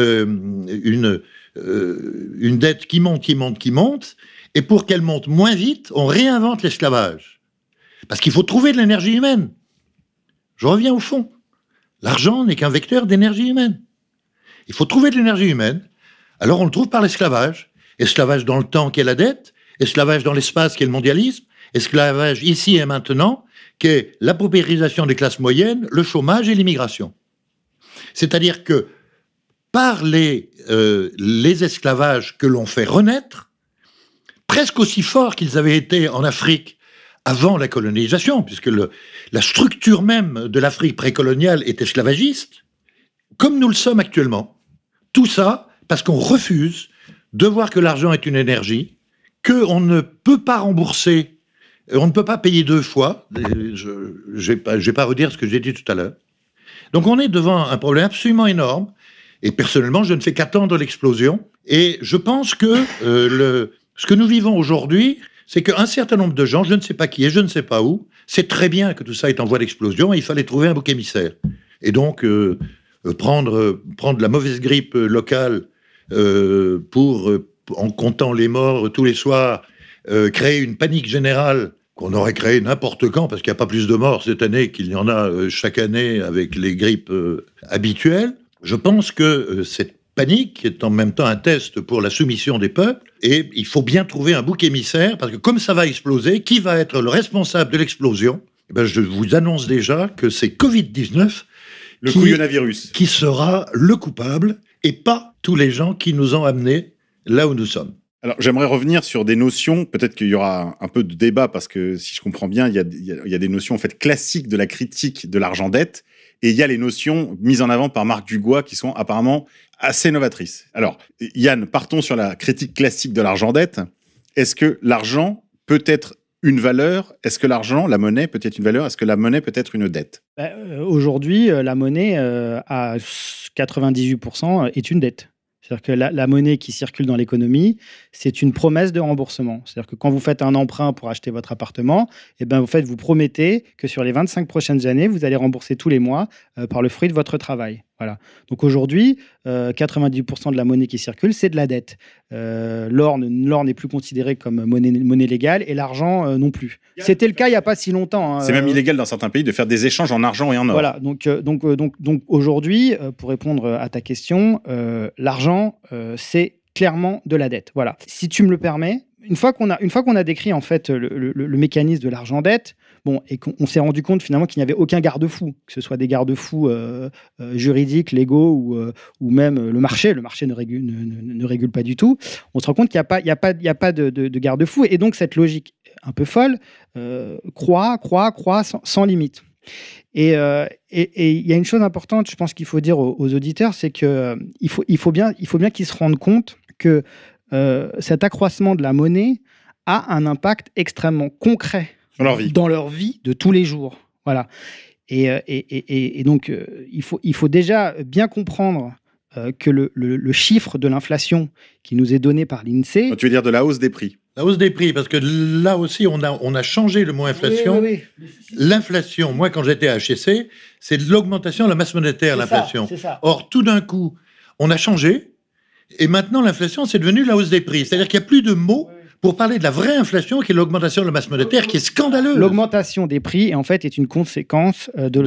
une dette qui monte, et pour qu'elle monte moins vite, on réinvente l'esclavage. Parce qu'il faut trouver de l'énergie humaine. Je reviens au fond. L'argent n'est qu'un vecteur d'énergie humaine. Il faut trouver de l'énergie humaine. Alors on le trouve par l'esclavage. Esclavage dans le temps qu'est la dette, esclavage dans l'espace qu'est le mondialisme, esclavage ici et maintenant qu'est la paupérisation des classes moyennes, le chômage et l'immigration. C'est-à-dire que par les esclavages que l'on fait renaître, presque aussi forts qu'ils avaient été en Afrique avant la colonisation, puisque la structure même de l'Afrique précoloniale est esclavagiste, comme nous le sommes actuellement. Tout ça parce qu'on refuse de voir que l'argent est une énergie, qu'on ne peut pas rembourser, on ne peut pas payer deux fois. Je vais pas redire ce que j'ai dit tout à l'heure. Donc on est devant un problème absolument énorme, et personnellement, je ne fais qu'attendre l'explosion. Et je pense que ce que nous vivons aujourd'hui, c'est qu'un certain nombre de gens, je ne sais pas qui et je ne sais pas où, c'est très bien que tout ça est en voie d'explosion, et il fallait trouver un bouc émissaire. Et donc, prendre la mauvaise grippe locale en comptant les morts tous les soirs, créer une panique générale qu'on aurait créée n'importe quand, parce qu'il n'y a pas plus de morts cette année qu'il y en a chaque année avec les grippes habituelles. Je pense que cette panique est en même temps un test pour la soumission des peuples, et il faut bien trouver un bouc émissaire, parce que comme ça va exploser, qui va être le responsable de l'explosion ? Eh bien, je vous annonce déjà que c'est Covid-19 Le couillonavirus. Qui sera le coupable et pas tous les gens qui nous ont amenés là où nous sommes. Alors, j'aimerais revenir sur des notions, peut-être qu'il y aura un peu de débat, parce que si je comprends bien, il y a des notions en fait classiques de la critique de l'argent-dette, et il y a les notions mises en avant par Marc Dugois qui sont apparemment assez novatrices. Alors, Yann, partons sur la critique classique de l'argent-dette. Est-ce que l'argent peut être une valeur? Est-ce que l'argent, la monnaie, peut être une valeur? Est-ce que la monnaie peut être une dette? Aujourd'hui, la monnaie, à 98%, est une dette. C'est-à-dire que la monnaie qui circule dans l'économie, c'est une promesse de remboursement. C'est-à-dire que quand vous faites un emprunt pour acheter votre appartement, eh ben, vous promettez que sur les 25 prochaines années, vous allez rembourser tous les mois par le fruit de votre travail. Voilà. Donc aujourd'hui, 90% de la monnaie qui circule, c'est de la dette. L'or n'est plus considéré comme monnaie légale et l'argent non plus. C'était le cas il n'y a pas si longtemps. C'est même illégal dans certains pays de faire des échanges en argent et en or. Voilà. Donc aujourd'hui, pour répondre à ta question, l'argent, c'est clairement de la dette. Voilà. Si tu me le permets, une fois qu'on a décrit en fait le mécanisme de l'argent-dette, et qu'on s'est rendu compte finalement qu'il n'y avait aucun garde-fou, que ce soit des garde-fous juridiques, légaux ou même le marché. Le marché ne régule pas du tout. On se rend compte qu'il n'y a pas de garde-fou. Et donc cette logique un peu folle croît sans limite. Et il y a une chose importante, je pense qu'il faut dire aux auditeurs, c'est qu'il faut bien qu'ils se rendent compte que cet accroissement de la monnaie a un impact extrêmement concret dans leur vie de tous les jours. Voilà. Et donc, il faut déjà bien comprendre que le chiffre de l'inflation qui nous est donné par l'INSEE... Tu veux dire de la hausse des prix? La hausse des prix, parce que là aussi, on a changé le mot inflation. Oui. L'inflation, moi, quand j'étais à HEC, c'est de l'augmentation de la masse monétaire, l'inflation. Ça. Or, tout d'un coup, on a changé, et maintenant, l'inflation, c'est devenu la hausse des prix. C'est-à-dire qu'il n'y a plus de mots pour parler de la vraie inflation, qui est l'augmentation de la masse monétaire, qui est scandaleuse. L'augmentation des prix, en fait, est une conséquence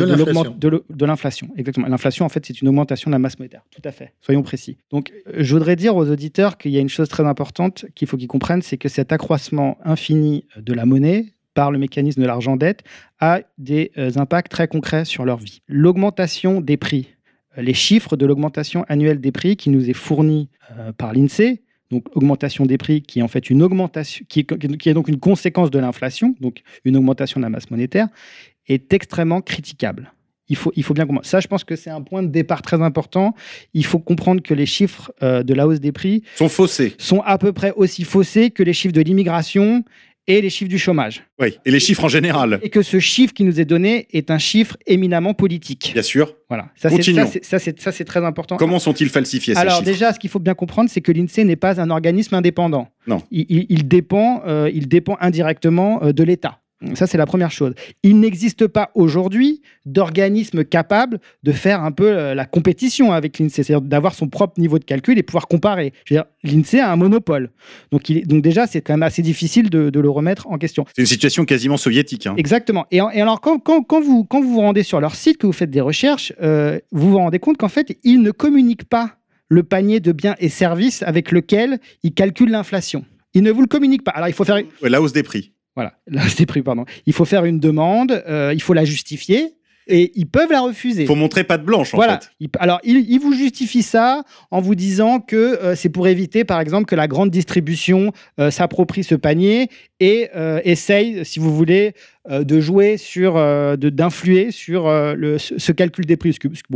de l'inflation. Exactement. L'inflation, en fait, c'est une augmentation de la masse monétaire. Tout à fait. Soyons précis. Donc, je voudrais dire aux auditeurs qu'il y a une chose très importante qu'il faut qu'ils comprennent, c'est que cet accroissement infini de la monnaie, par le mécanisme de l'argent-dette, a des impacts très concrets sur leur vie. L'augmentation des prix, les chiffres de l'augmentation annuelle des prix qui nous est fournie par l'INSEE, donc augmentation des prix qui est en fait une augmentation, qui est donc une conséquence de l'inflation, donc une augmentation de la masse monétaire, est extrêmement critiquable. Il faut bien comprendre. Ça, je pense que c'est un point de départ très important. Il faut comprendre que les chiffres de la hausse des prix sont à peu près aussi faussés que les chiffres de l'immigration et les chiffres du chômage. Oui, et les chiffres en général. Et que ce chiffre qui nous est donné est un chiffre éminemment politique. Bien sûr. Voilà. Continuons. Ça, c'est très important. Comment sont-ils falsifiés, ces chiffres? Alors déjà, ce qu'il faut bien comprendre, c'est que l'INSEE n'est pas un organisme indépendant. Non. Il dépend indirectement de l'État. Ça, c'est la première chose. Il n'existe pas aujourd'hui d'organisme capable de faire un peu la compétition avec l'INSEE, c'est-à-dire d'avoir son propre niveau de calcul et pouvoir comparer. Je veux dire, l'INSEE a un monopole. Donc déjà, c'est quand même assez difficile de le remettre en question. C'est une situation quasiment soviétique. Hein. Exactement. Et alors, quand vous vous rendez sur leur site, que vous faites des recherches, vous vous rendez compte qu'en fait, ils ne communiquent pas le panier de biens et services avec lequel ils calculent l'inflation. Ils ne vous le communiquent pas. Alors, il faut faire... La hausse des prix. Voilà, la hausse des prix, pardon. Il faut faire une demande, il faut la justifier, et ils peuvent la refuser. Il faut montrer patte blanche, en fait. Alors, ils vous justifient ça en vous disant que c'est pour éviter, par exemple, que la grande distribution s'approprie ce panier et essaye, si vous voulez, de jouer d'influer sur ce calcul des prix.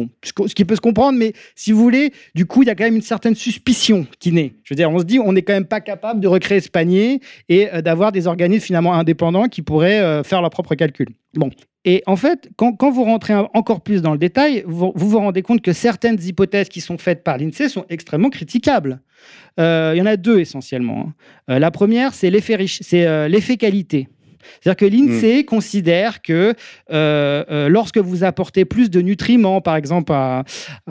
Ce qui peut se comprendre, mais si vous voulez, du coup, il y a quand même une certaine suspicion qui naît. Je veux dire, on se dit, on n'est quand même pas capable de recréer ce panier et d'avoir des organismes finalement indépendants qui pourraient faire leur propre calcul. Bon. Et en fait, quand vous rentrez encore plus dans le détail, vous vous rendez compte que certaines hypothèses qui sont faites par l'INSEE sont extrêmement critiquables. Il y en a deux essentiellement. La première, c'est l'effet qualité. C'est-à-dire que l'INSEE considère que lorsque vous apportez plus de nutriments, par exemple à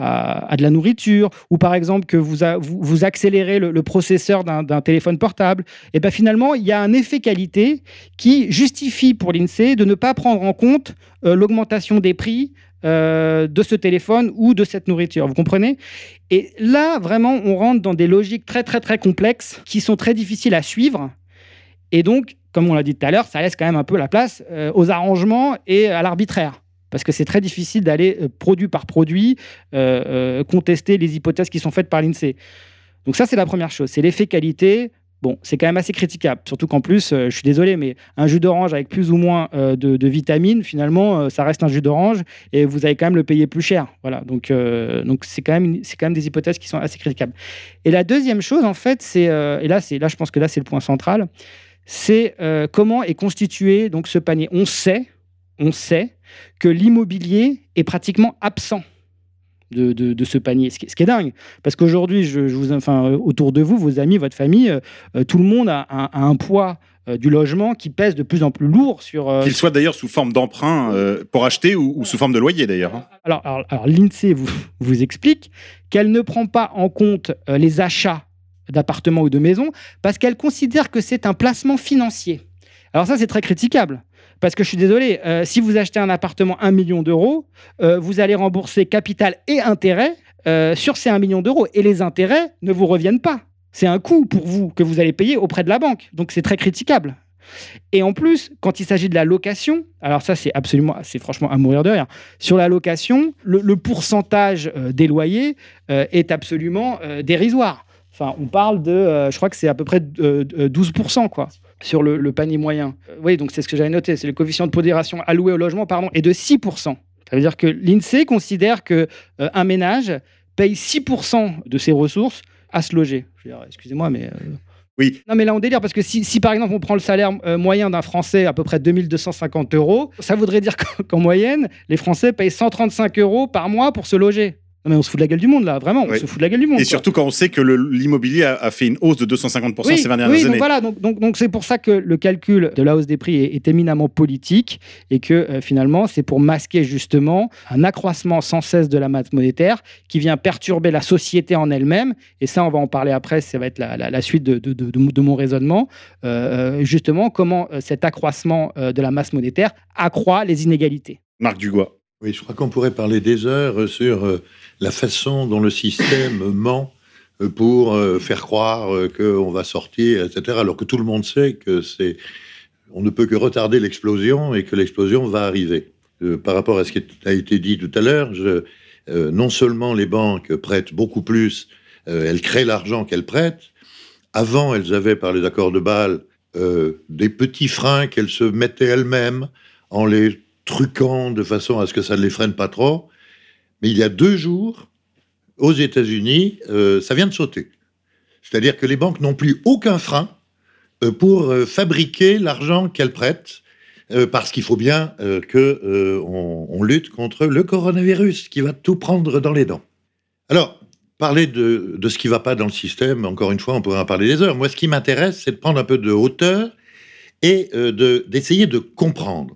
de la nourriture, ou par exemple que vous accélérez le processeur d'un téléphone portable, et ben finalement, il y a un effet qualité qui justifie pour l'INSEE de ne pas prendre en compte l'augmentation des prix de ce téléphone ou de cette nourriture. Vous comprenez? Et là, vraiment, on rentre dans des logiques très, très, très complexes qui sont très difficiles à suivre. Et donc, comme on l'a dit tout à l'heure, ça laisse quand même un peu la place aux arrangements et à l'arbitraire. parce que c'est très difficile d'aller produit par produit contester les hypothèses qui sont faites par l'INSEE. Donc ça, c'est la première chose, c'est l'effet qualité. Bon, c'est quand même assez critiquable, surtout qu'en plus, je suis désolé, mais un jus d'orange avec plus ou moins de vitamines, finalement, ça reste un jus d'orange et vous allez quand même le payer plus cher. Voilà, donc c'est quand même des hypothèses qui sont assez critiquables. Et la deuxième chose, en fait, c'est et là, je pense que là, c'est le point central, c'est comment est constitué donc ce panier. On sait que l'immobilier est pratiquement absent de ce panier, ce qui est dingue, parce qu'aujourd'hui, autour de vous, vos amis, votre famille, tout le monde a un poids du logement qui pèse de plus en plus lourd sur... Qu'il soit d'ailleurs sous forme d'emprunt pour acheter ou sous forme de loyer d'ailleurs. Alors l'INSEE vous explique qu'elle ne prend pas en compte les achats d'appartements ou de maisons parce qu'elle considère que c'est un placement financier. Alors ça, c'est très critiquable. Parce que je suis désolé, si vous achetez un appartement 1 million d'euros, vous allez rembourser capital et intérêt sur ces 1 million d'euros. Et les intérêts ne vous reviennent pas. C'est un coût pour vous que vous allez payer auprès de la banque. Donc c'est très critiquable. Et en plus, quand il s'agit de la location, alors ça c'est franchement à mourir de rire. Sur la location, le pourcentage des loyers est absolument dérisoire. Enfin, on parle de, je crois que c'est à peu près 12%, quoi, sur le panier moyen. Oui, donc c'est ce que j'avais noté, c'est le coefficient de pondération alloué au logement, est de 6%. Ça veut dire que l'INSEE considère qu'un ménage paye 6% de ses ressources à se loger. Je veux dire, excusez-moi, mais... Oui. Non, mais là, on délire, parce que si par exemple, on prend le salaire moyen d'un Français, à peu près 2250 €, ça voudrait dire qu'en moyenne, les Français payent 135 € par mois pour se loger. Non, mais on se fout de la gueule du monde, là, vraiment, on se fout de la gueule du monde. Et surtout quand on sait que l'immobilier a fait une hausse de 250% ces 20 dernières années. Donc voilà, donc c'est pour ça que le calcul de la hausse des prix est éminemment politique et que finalement, c'est pour masquer justement un accroissement sans cesse de la masse monétaire qui vient perturber la société en elle-même. Et ça, on va en parler après, ça va être la suite de mon raisonnement. Justement, comment cet accroissement de la masse monétaire accroît les inégalités. Marc Dugois. Oui, je crois qu'on pourrait parler des heures sur la façon dont le système ment pour faire croire qu'on va sortir, etc. Alors que tout le monde sait que on ne peut que retarder l'explosion et que l'explosion va arriver. Par rapport à ce qui a été dit tout à l'heure, non seulement les banques prêtent beaucoup plus, elles créent l'argent qu'elles prêtent. Avant, elles avaient, par les accords de Bâle, des petits freins qu'elles se mettaient elles-mêmes en les truquant de façon à ce que ça ne les freine pas trop. Mais il y a 2 jours, aux États-Unis, ça vient de sauter. C'est-à-dire que les banques n'ont plus aucun frein pour fabriquer l'argent qu'elles prêtent, parce qu'il faut bien qu'on lutte contre le coronavirus qui va tout prendre dans les dents. Alors, parler de ce qui ne va pas dans le système, encore une fois, on pourrait en parler des heures. Moi, ce qui m'intéresse, c'est de prendre un peu de hauteur et d'essayer de comprendre.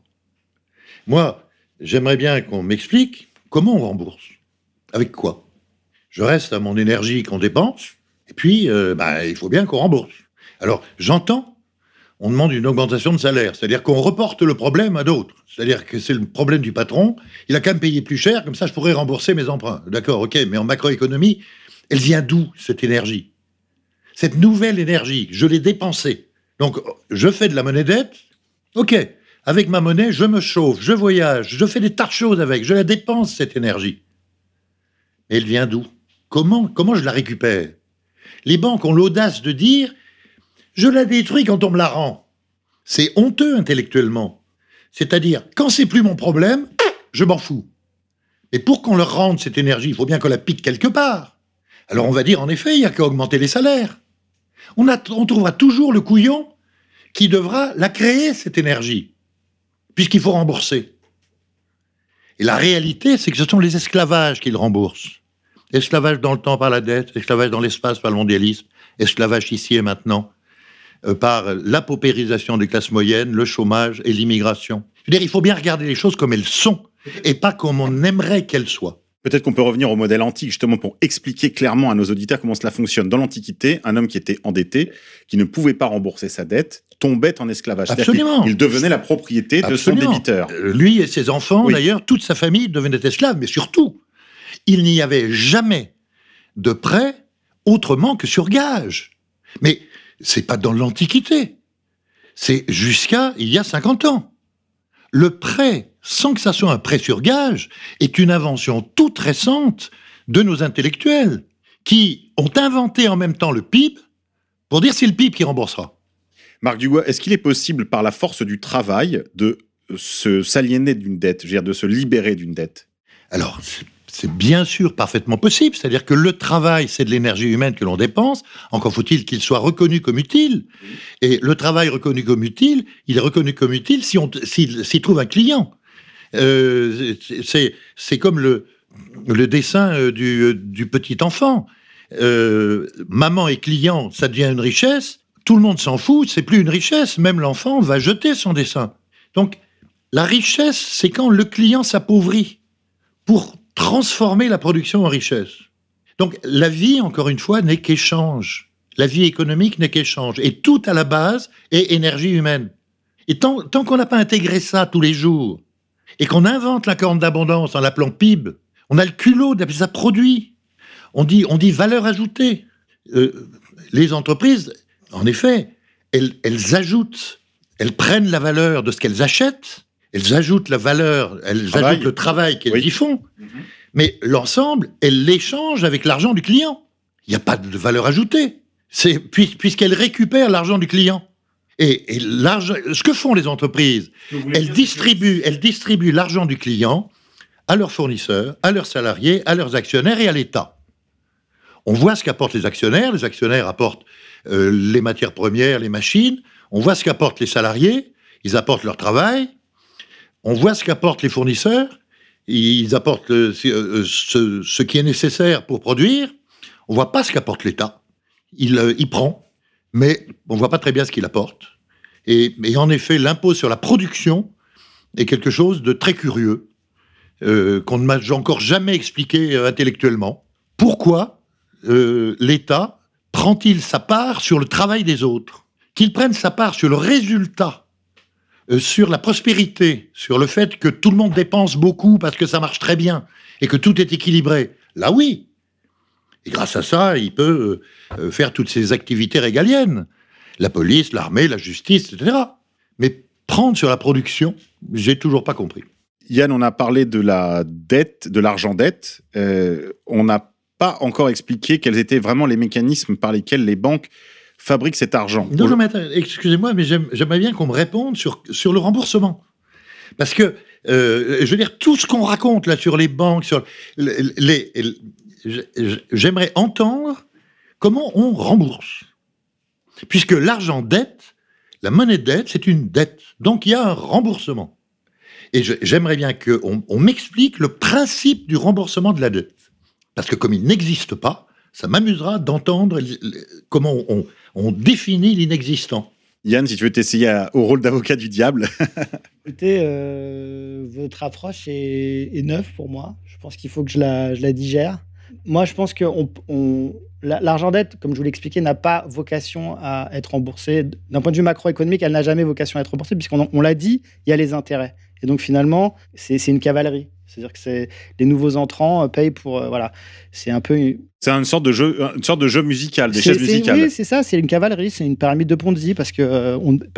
Moi, j'aimerais bien qu'on m'explique comment on rembourse. Avec quoi? Je reste à mon énergie qu'on dépense, et puis il faut bien qu'on rembourse. Alors, j'entends, on demande une augmentation de salaire, c'est-à-dire qu'on reporte le problème à d'autres. C'est-à-dire que c'est le problème du patron, il a qu'à me payer plus cher, comme ça je pourrais rembourser mes emprunts. D'accord, ok, mais en macroéconomie, elle vient d'où, cette énergie? Cette nouvelle énergie, je l'ai dépensée. Donc, je fais de la monnaie dette, ok. Avec ma monnaie, je me chauffe, je voyage, je fais des tas de choses avec, je la dépense, cette énergie. Mais elle vient d'où? Comment je la récupère? Les banques ont l'audace de dire « je la détruis quand on me la rend ». C'est honteux intellectuellement. C'est-à-dire, quand c'est plus mon problème, je m'en fous. Mais pour qu'on leur rende cette énergie, il faut bien qu'on la pique quelque part. Alors on va dire, en effet, il n'y a qu'à augmenter les salaires. On trouvera toujours le couillon qui devra la créer, cette énergie, puisqu'il faut rembourser. Et la réalité, c'est que ce sont les esclavages qu'ils remboursent. Esclavage dans le temps par la dette, esclavage dans l'espace par le mondialisme, esclavage ici et maintenant par la paupérisation des classes moyennes, le chômage et l'immigration. Je veux dire, il faut bien regarder les choses comme elles sont et pas comme on aimerait qu'elles soient. Peut-être qu'on peut revenir au modèle antique, justement, pour expliquer clairement à nos auditeurs comment cela fonctionne. Dans l'Antiquité, un homme qui était endetté, qui ne pouvait pas rembourser sa dette, tombait en esclavage. Absolument. Il devenait la propriété de son débiteur. Lui et ses enfants, d'ailleurs, toute sa famille devenaient esclaves, mais surtout, il n'y avait jamais de prêt autrement que sur gage. Mais c'est pas dans l'Antiquité. C'est jusqu'à il y a 50 ans. Le prêt sans que ça soit un prêt sur gage, est une invention toute récente de nos intellectuels qui ont inventé en même temps le PIB pour dire c'est le PIB qui remboursera. Marc Dugois, est-ce qu'il est possible, par la force du travail, de s'aliéner d'une dette, je veux dire, de se libérer d'une dette ? Alors, c'est bien sûr parfaitement possible, c'est-à-dire que le travail, c'est de l'énergie humaine que l'on dépense, encore faut-il qu'il soit reconnu comme utile, et le travail reconnu comme utile, il est reconnu comme utile s'il trouve un client. C'est comme le dessin du petit enfant. Maman est client, ça devient une richesse, tout le monde s'en fout, c'est plus une richesse, même l'enfant va jeter son dessin. Donc, la richesse, c'est quand le client s'appauvrit pour transformer la production en richesse. Donc, la vie, encore une fois, n'est qu'échange. La vie économique n'est qu'échange. Et tout à la base est énergie humaine. Et tant qu'on n'a pas intégré ça tous les jours, et qu'on invente la corne d'abondance en l'appelant PIB, on a le culot d'appeler ça produit. On dit valeur ajoutée. Les entreprises, en effet, elles ajoutent, elles prennent la valeur de ce qu'elles achètent, elles ajoutent la valeur, elles ajoutent le travail qu'elles y font, mais l'ensemble, elles l'échangent avec l'argent du client. Il n'y a pas de valeur ajoutée, puisqu'elles récupèrent l'argent du client. Et l'argent, ce que font les entreprises, elles distribuent l'argent du client à leurs fournisseurs, à leurs salariés, à leurs actionnaires et à l'État. On voit ce qu'apportent les actionnaires apportent les matières premières, les machines, on voit ce qu'apportent les salariés, ils apportent leur travail, on voit ce qu'apportent les fournisseurs, ils apportent ce qui est nécessaire pour produire, on ne voit pas ce qu'apporte l'État. Il prend, mais on ne voit pas très bien ce qu'il apporte. Et en effet, l'impôt sur la production est quelque chose de très curieux, qu'on ne m'a encore jamais expliqué intellectuellement. Pourquoi l'État prend-il sa part sur le travail des autres ? Qu'il prenne sa part sur le résultat, sur la prospérité, sur le fait que tout le monde dépense beaucoup parce que ça marche très bien et que tout est équilibré. Là, oui. Et grâce à ça, il peut faire toutes ses activités régaliennes. La police, l'armée, la justice, etc. Mais prendre sur la production, j'ai toujours pas compris. Yann, on a parlé de la dette, de l'argent dette. On n'a pas encore expliqué quels étaient vraiment les mécanismes par lesquels les banques fabriquent cet argent. Non, mais excusez-moi, mais j'aimerais bien qu'on me réponde sur le remboursement. Parce que, je veux dire, tout ce qu'on raconte là sur les banques, j'aimerais entendre comment on rembourse. Puisque l'argent dette, la monnaie dette, c'est une dette. Donc il y a un remboursement. Et j'aimerais bien qu'on m'explique le principe du remboursement de la dette. Parce que comme il n'existe pas, ça m'amusera d'entendre comment on définit l'inexistant. Yann, si tu veux t'essayer au rôle d'avocat du diable. Écoutez, votre approche est neuve pour moi. Je pense qu'il faut que je la digère. Moi, je pense que l'argent dette, comme je vous l'expliquais, n'a pas vocation à être remboursé. D'un point de vue macroéconomique, elle n'a jamais vocation à être remboursée, puisqu'on l'a dit, il y a les intérêts. Et donc, finalement, c'est une cavalerie. C'est-à-dire que les nouveaux entrants payent pour... voilà. C'est un peu... C'est une sorte de jeu musical, des chaises musicales. Oui, c'est ça, c'est une cavalerie, c'est une pyramide de Ponzi, parce que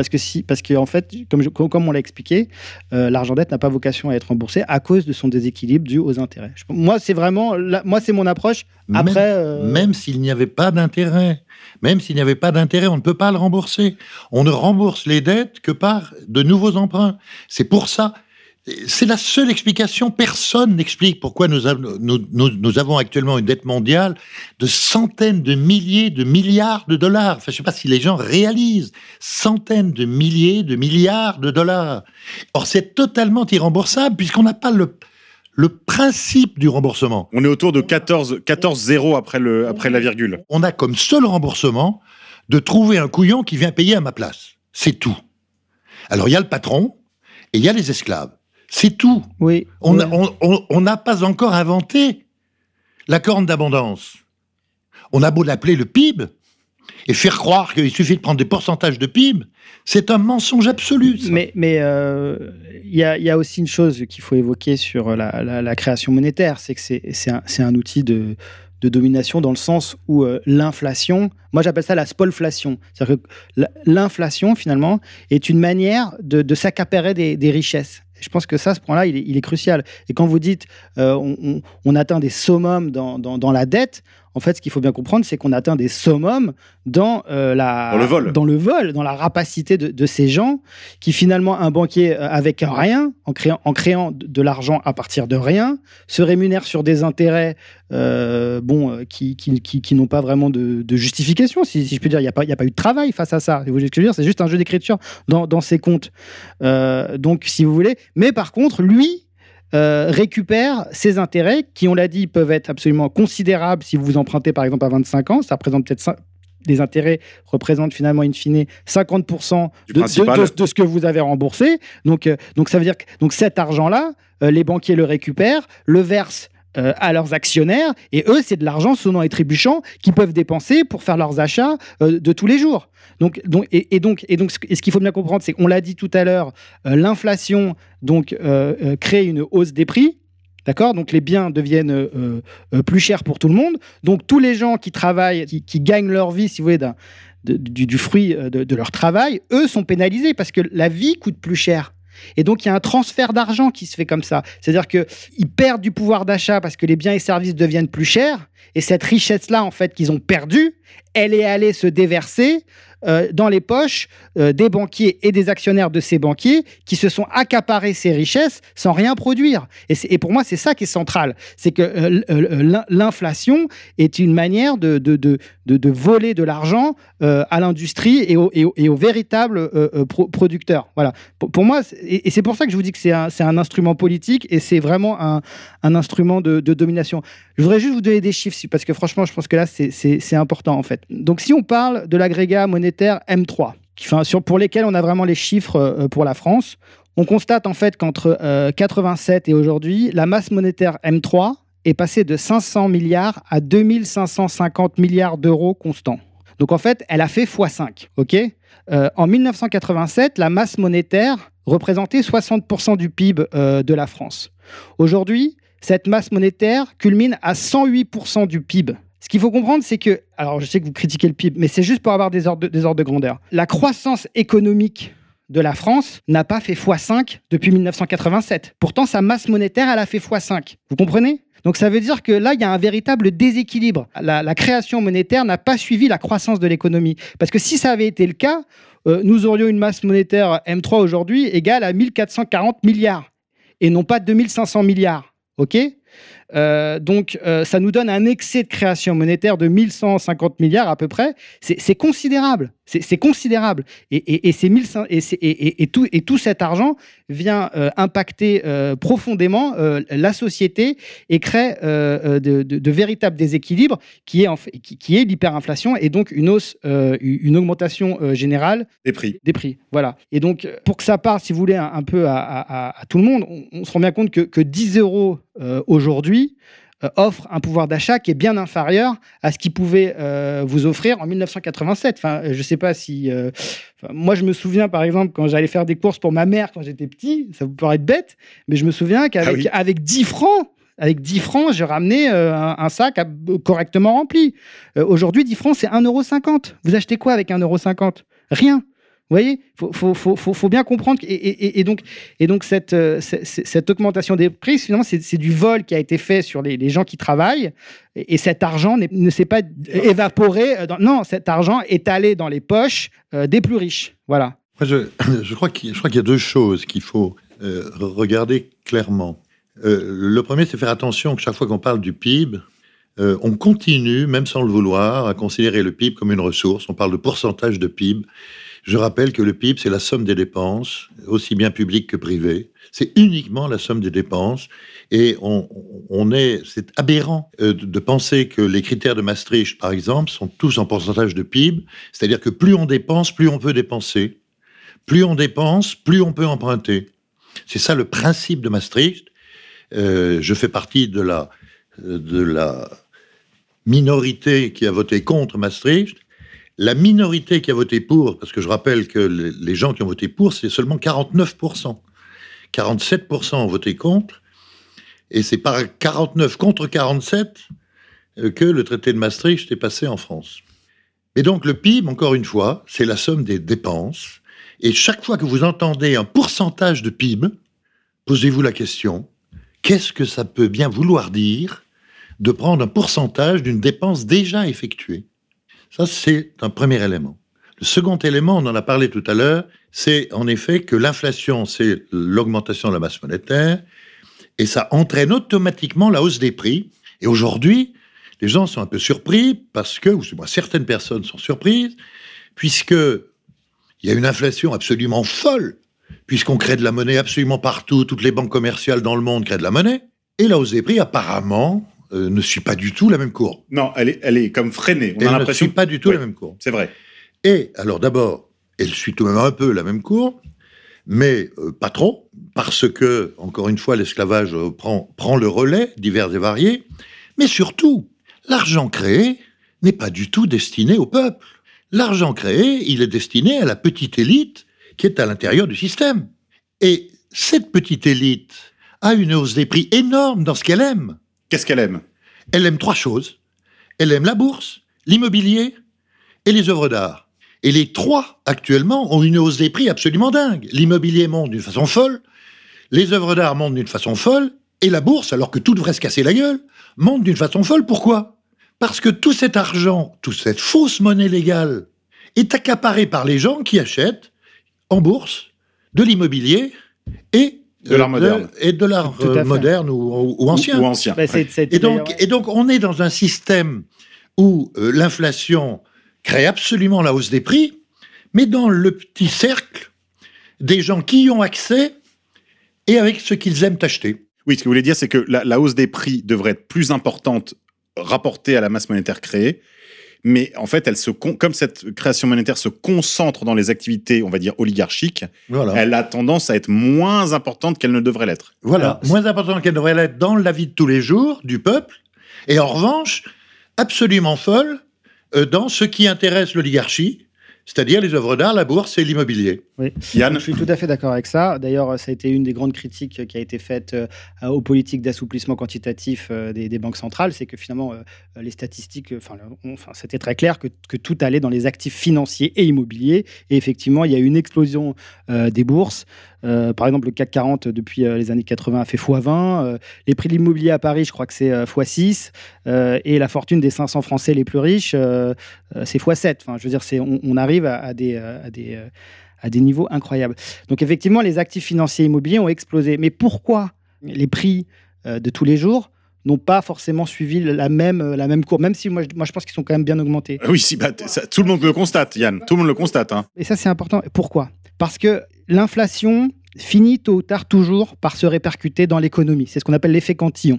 en fait, comme on l'a expliqué, l'argent dette n'a pas vocation à être remboursé à cause de son déséquilibre dû aux intérêts. Moi, c'est mon approche. Après, même s'il n'y avait pas d'intérêt, on ne peut pas le rembourser. On ne rembourse les dettes que par de nouveaux emprunts. C'est pour ça. C'est la seule explication. Personne n'explique pourquoi nous avons actuellement une dette mondiale de centaines de milliers de milliards de dollars. Enfin, je ne sais pas si les gens réalisent. Centaines de milliers de milliards de dollars. Or, c'est totalement irremboursable puisqu'on n'a pas le principe du remboursement. On est autour de 14 zéros après la virgule. On a comme seul remboursement de trouver un couillon qui vient payer à ma place. C'est tout. Alors, il y a le patron et il y a les esclaves. C'est tout. Oui. On n'a pas encore inventé la corne d'abondance. On a beau l'appeler le PIB et faire croire qu'il suffit de prendre des pourcentages de PIB, c'est un mensonge absolu. Ça. Mais il y a aussi une chose qu'il faut évoquer sur la création monétaire, c'est que c'est un outil de domination dans le sens où l'inflation, moi j'appelle ça la spolflation. C'est-à-dire que l'inflation, finalement, est une manière de s'accaparer des richesses. je pense que ce point-là, il est crucial. Et quand vous dites on atteint des summums dans la dette, en fait, ce qu'il faut bien comprendre, c'est qu'on atteint des summums dans le vol, dans la rapacité de ces gens qui, finalement, un banquier avec rien, en créant de l'argent à partir de rien, se rémunère sur des intérêts qui n'ont pas vraiment de justification, si je peux dire. Il n'y a pas eu de travail face à ça. Vous voyez ce que je veux dire ? C'est juste un jeu d'écriture dans ses comptes. Donc, si vous voulez. Mais par contre, lui récupère ces intérêts qui, on l'a dit, peuvent être absolument considérables si vous empruntez par exemple à 25 ans. Ça représente peut-être des intérêts représentent finalement in fine 50% de ce que vous avez remboursé. Donc ça veut dire que cet argent-là, les banquiers le récupèrent, le versent à leurs actionnaires, et eux, c'est de l'argent sonnant et trébuchant qu'ils peuvent dépenser pour faire leurs achats de tous les jours. Donc, ce qu'il faut bien comprendre, c'est qu'on l'a dit tout à l'heure, l'inflation crée une hausse des prix. D'accord ? Donc les biens deviennent plus chers pour tout le monde. Donc tous les gens qui travaillent, qui gagnent leur vie, si vous voulez, du fruit de leur travail, eux sont pénalisés parce que la vie coûte plus cher. Et donc, il y a un transfert d'argent qui se fait comme ça. C'est-à-dire qu'ils perdent du pouvoir d'achat parce que les biens et services deviennent plus chers. Et cette richesse-là, en fait, qu'ils ont perdue, elle est allée se déverser dans les poches des banquiers et des actionnaires de ces banquiers qui se sont accaparés ces richesses sans rien produire. Et pour moi, c'est ça qui est central. C'est que l'inflation est une manière de voler de l'argent à l'industrie et aux véritables producteurs. Voilà. Pour moi, et c'est pour ça que je vous dis que c'est un instrument politique et c'est vraiment un instrument de domination. Je voudrais juste vous donner des chiffres parce que franchement, je pense que là, c'est important en fait. Donc, si on parle de l'agrégat monétaire M3, pour lesquels on a vraiment les chiffres pour la France, on constate en fait qu'entre 87 et aujourd'hui, la masse monétaire M3 est passée de 500 milliards à 2550 milliards d'euros constants. Donc en fait, elle a fait x5. Okay, en 1987, la masse monétaire représentait 60% du PIB de la France. Aujourd'hui, cette masse monétaire culmine à 108% du PIB. Ce qu'il faut comprendre, c'est que, alors je sais que vous critiquez le PIB, mais c'est juste pour avoir des ordres de grandeur. La croissance économique de la France n'a pas fait x5 depuis 1987. Pourtant, sa masse monétaire, elle a fait x5. Vous comprenez ? Donc ça veut dire que là, il y a un véritable déséquilibre. La création monétaire n'a pas suivi la croissance de l'économie. Parce que si ça avait été le cas, nous aurions une masse monétaire M3 aujourd'hui égale à 1440 milliards et non pas 2500 milliards. OK ? Donc, ça nous donne un excès de création monétaire de 1150 milliards à peu près. C'est considérable. C'est considérable. Et tout cet argent vient impacter profondément la société et crée de véritables déséquilibres qui est l'hyperinflation et donc une augmentation générale des prix. Voilà. Et donc, pour que ça parte, si vous voulez, un peu à tout le monde, on se rend bien compte que 10 euros aujourd'hui offre un pouvoir d'achat qui est bien inférieur à ce qu'il pouvait vous offrir en 1987. Enfin, je ne sais pas si... moi, je me souviens, par exemple, quand j'allais faire des courses pour ma mère quand j'étais petit, ça vous paraît bête, mais je me souviens qu'avec 10 francs, je ramenais un sac correctement rempli. Aujourd'hui, 10 francs, c'est 1,50 €. Vous achetez quoi avec 1,50 €? Rien. Vous voyez, faut bien comprendre et donc cette augmentation des prix, finalement, c'est du vol qui a été fait sur les gens qui travaillent et cet argent ne s'est pas évaporé. Non, cet argent est allé dans les poches des plus riches. Voilà. Moi, je crois qu'il y a deux choses qu'il faut regarder clairement. Le premier, c'est faire attention que chaque fois qu'on parle du PIB, on continue, même sans le vouloir, à considérer le PIB comme une ressource. On parle de pourcentage de PIB. Je rappelle que le PIB, c'est la somme des dépenses, aussi bien publiques que privées. C'est uniquement la somme des dépenses. Et c'est aberrant de penser que les critères de Maastricht, par exemple, sont tous en pourcentage de PIB. C'est-à-dire que plus on dépense, plus on peut dépenser. Plus on dépense, plus on peut emprunter. C'est ça le principe de Maastricht. Je fais partie de la minorité qui a voté contre Maastricht. La minorité qui a voté pour, parce que je rappelle que les gens qui ont voté pour, c'est seulement 49%. 47% ont voté contre, et c'est par 49 contre 47 que le traité de Maastricht est passé en France. Et donc le PIB, encore une fois, c'est la somme des dépenses, et chaque fois que vous entendez un pourcentage de PIB, posez-vous la question, qu'est-ce que ça peut bien vouloir dire de prendre un pourcentage d'une dépense déjà effectuée? Ça, c'est un premier élément. Le second élément, on en a parlé tout à l'heure, c'est en effet que l'inflation, c'est l'augmentation de la masse monétaire, et ça entraîne automatiquement la hausse des prix. Et aujourd'hui, les gens sont un peu surpris parce que, ou certaines personnes sont surprises, puisqu'il y a une inflation absolument folle, puisqu'on crée de la monnaie absolument partout, toutes les banques commerciales dans le monde créent de la monnaie, et la hausse des prix, apparemment, ne suit pas du tout la même courbe. Non, elle est comme freinée. Elle ne suit pas du tout la même courbe. C'est vrai. Et alors d'abord, elle suit tout de même un peu la même courbe, mais pas trop, parce que, encore une fois, l'esclavage prend le relais, divers et variés, mais surtout, l'argent créé n'est pas du tout destiné au peuple. L'argent créé, il est destiné à la petite élite qui est à l'intérieur du système. Et cette petite élite a une hausse des prix énorme dans ce qu'elle aime. Qu'est-ce qu'elle aime? Elle aime 3 choses. Elle aime la bourse, l'immobilier et les œuvres d'art. Et les 3, actuellement, ont une hausse des prix absolument dingue. L'immobilier monte d'une façon folle, les œuvres d'art montent d'une façon folle, et la bourse, alors que tout devrait se casser la gueule, monte d'une façon folle. Pourquoi? Parce que tout cet argent, toute cette fausse monnaie légale, est accaparé par les gens qui achètent en bourse de l'immobilier et de l'art moderne. Et de l'art moderne ou ancien. Ou ancien. Bah, Et donc, on est dans un système où l'inflation crée absolument la hausse des prix, mais dans le petit cercle des gens qui y ont accès et avec ce qu'ils aiment acheter. Oui, ce que vous voulez dire, c'est que la hausse des prix devrait être plus importante rapportée à la masse monétaire créée, mais en fait, comme cette création monétaire se concentre dans les activités, on va dire, oligarchiques, voilà. Elle a tendance à être moins importante qu'elle ne devrait l'être. Voilà, moins importante qu'elle ne devrait l'être dans la vie de tous les jours du peuple, et en revanche, absolument folle dans ce qui intéresse l'oligarchie, c'est-à-dire les œuvres d'art, la bourse et l'immobilier. Oui. Yann? Je suis tout à fait d'accord avec ça. D'ailleurs, ça a été une des grandes critiques qui a été faite aux politiques d'assouplissement quantitatif des banques centrales, c'est que finalement, les statistiques, c'était très clair que tout allait dans les actifs financiers et immobiliers. Et effectivement, il y a eu une explosion des bourses. Par exemple, le CAC 40, depuis les années 80, a fait x20. Les prix de l'immobilier à Paris, je crois que c'est x6. Et la fortune des 500 Français les plus riches, c'est x7. Enfin, je veux dire, on arrive à des niveaux incroyables. Donc, effectivement, les actifs financiers immobiliers ont explosé. Mais pourquoi les prix de tous les jours n'ont pas forcément suivi la même courbe, même si moi je pense qu'ils sont quand même bien augmentés. Oui, si, tout le monde le constate, Yann. Tout le monde le constate. Hein. Et ça, c'est important. Pourquoi? Parce que l'inflation finit tôt ou tard toujours par se répercuter dans l'économie. C'est ce qu'on appelle l'effet cantillon.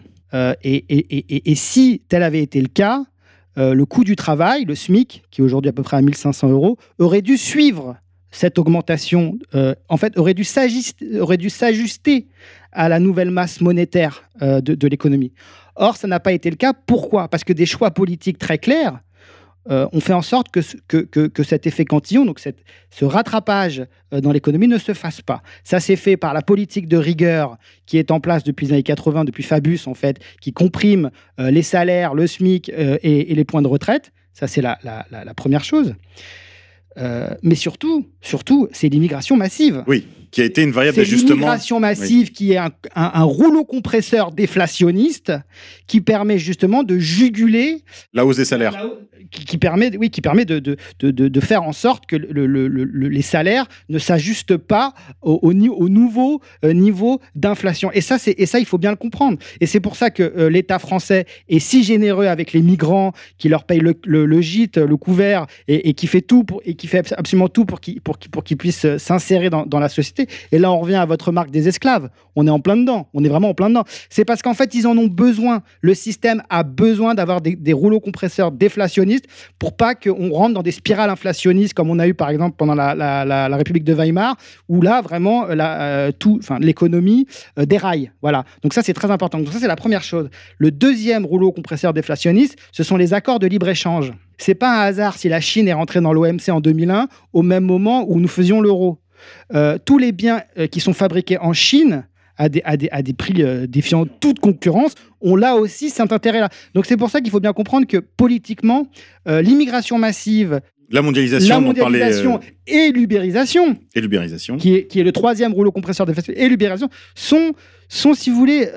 Et si tel avait été le cas, le coût du travail, le SMIC, qui est aujourd'hui à peu près à 1 500 €, aurait dû suivre cette augmentation, en fait, aurait dû s'ajuster à la nouvelle masse monétaire de l'économie. Or, ça n'a pas été le cas. Pourquoi? Parce que des choix politiques très clairs ont fait en sorte que cet effet cantillon, donc ce rattrapage dans l'économie ne se fasse pas. Ça s'est fait par la politique de rigueur qui est en place depuis les années 80, depuis Fabius en fait, qui comprime les salaires, le SMIC et les points de retraite. Ça, c'est la première chose. Mais surtout, c'est l'immigration massive. Oui, qui a été une variable d'ajustement. C'est l'immigration massive qui est un rouleau compresseur déflationniste qui permet justement de juguler la hausse des salaires. Qui permet de faire en sorte que les salaires ne s'ajustent pas au nouveau niveau d'inflation. Et ça, il faut bien le comprendre. Et c'est pour ça que l'État français est si généreux avec les migrants, qui leur paye le gîte, le couvert, et qui fait tout qui fait absolument tout pour qu'ils puissent s'insérer dans la société. Et là, on revient à votre marque des esclaves. On est en plein dedans. On est vraiment en plein dedans. C'est parce qu'en fait, ils en ont besoin. Le système a besoin d'avoir des rouleaux compresseurs déflationnistes pour pas qu'on rentre dans des spirales inflationnistes comme on a eu par exemple pendant la République de Weimar, où là, vraiment, l'économie déraille. Voilà. Donc ça, c'est très important. Donc ça, c'est la première chose. Le deuxième rouleau compresseur déflationniste, ce sont les accords de libre-échange. C'est pas un hasard si la Chine est rentrée dans l'OMC en 2001 au même moment où nous faisions l'euro. Tous les biens qui sont fabriqués en Chine à des prix défiant toute concurrence ont là aussi cet intérêt-là. Donc c'est pour ça qu'il faut bien comprendre que politiquement, l'immigration massive La mondialisation, et l'ubérisation, qui est le troisième rouleau compresseur des facteurs, et l'ubérisation sont, si vous voulez,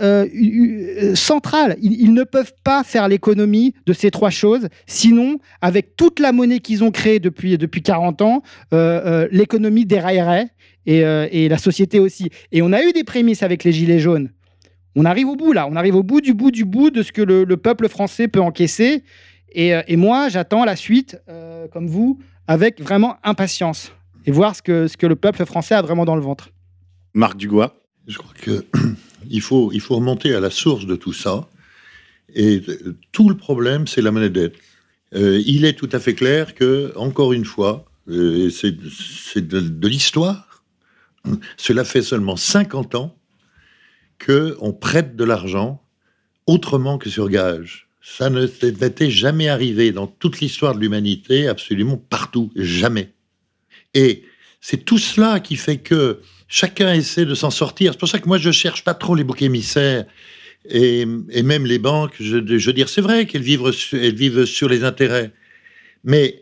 centrales. Ils ne peuvent pas faire l'économie de ces trois choses, sinon, avec toute la monnaie qu'ils ont créée depuis 40 ans, l'économie déraillerait et la société aussi. Et on a eu des prémices avec les Gilets jaunes. On arrive au bout, là. On arrive au bout du bout de ce que le peuple français peut encaisser. Et moi, j'attends la suite, comme vous, avec vraiment impatience. Et voir ce que le peuple français a vraiment dans le ventre. Marc Dugois. Je crois qu'il faut remonter à la source de tout ça. Et tout le problème, c'est la monnaie de dette. Il est tout à fait clair que, encore une fois, c'est de l'histoire, cela fait seulement 50 ans qu'on prête de l'argent autrement que sur gage. Ça ne s'était jamais arrivé dans toute l'histoire de l'humanité, absolument partout, jamais. Et c'est tout cela qui fait que chacun essaie de s'en sortir. C'est pour ça que moi, je cherche pas trop les boucs émissaires. Et même les banques, je veux dire, c'est vrai qu'elles vivent sur les intérêts. Mais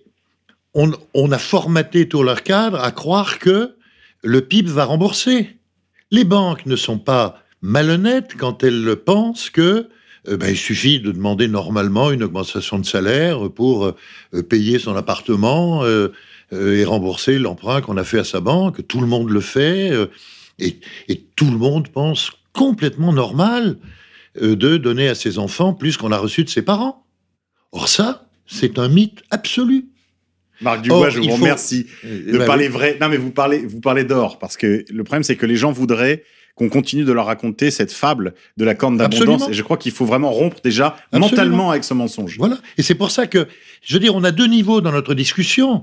on a formaté tout leur cadre à croire que le PIB va rembourser. Les banques ne sont pas malhonnêtes quand elles pensent que il suffit de demander normalement une augmentation de salaire pour payer son appartement et rembourser l'emprunt qu'on a fait à sa banque. Tout le monde le fait et tout le monde pense complètement normal de donner à ses enfants plus qu'on a reçu de ses parents. Or ça, c'est un mythe absolu. Marc Dugois, je vous remercie de parler vrai. Non, mais vous parlez d'or, parce que le problème, c'est que les gens voudraient qu'on continue de leur raconter cette fable de la corne d'abondance. Absolument. Et je crois qu'il faut vraiment rompre déjà mentalement avec ce mensonge. Voilà. Et c'est pour ça que, je veux dire, on a deux niveaux dans notre discussion.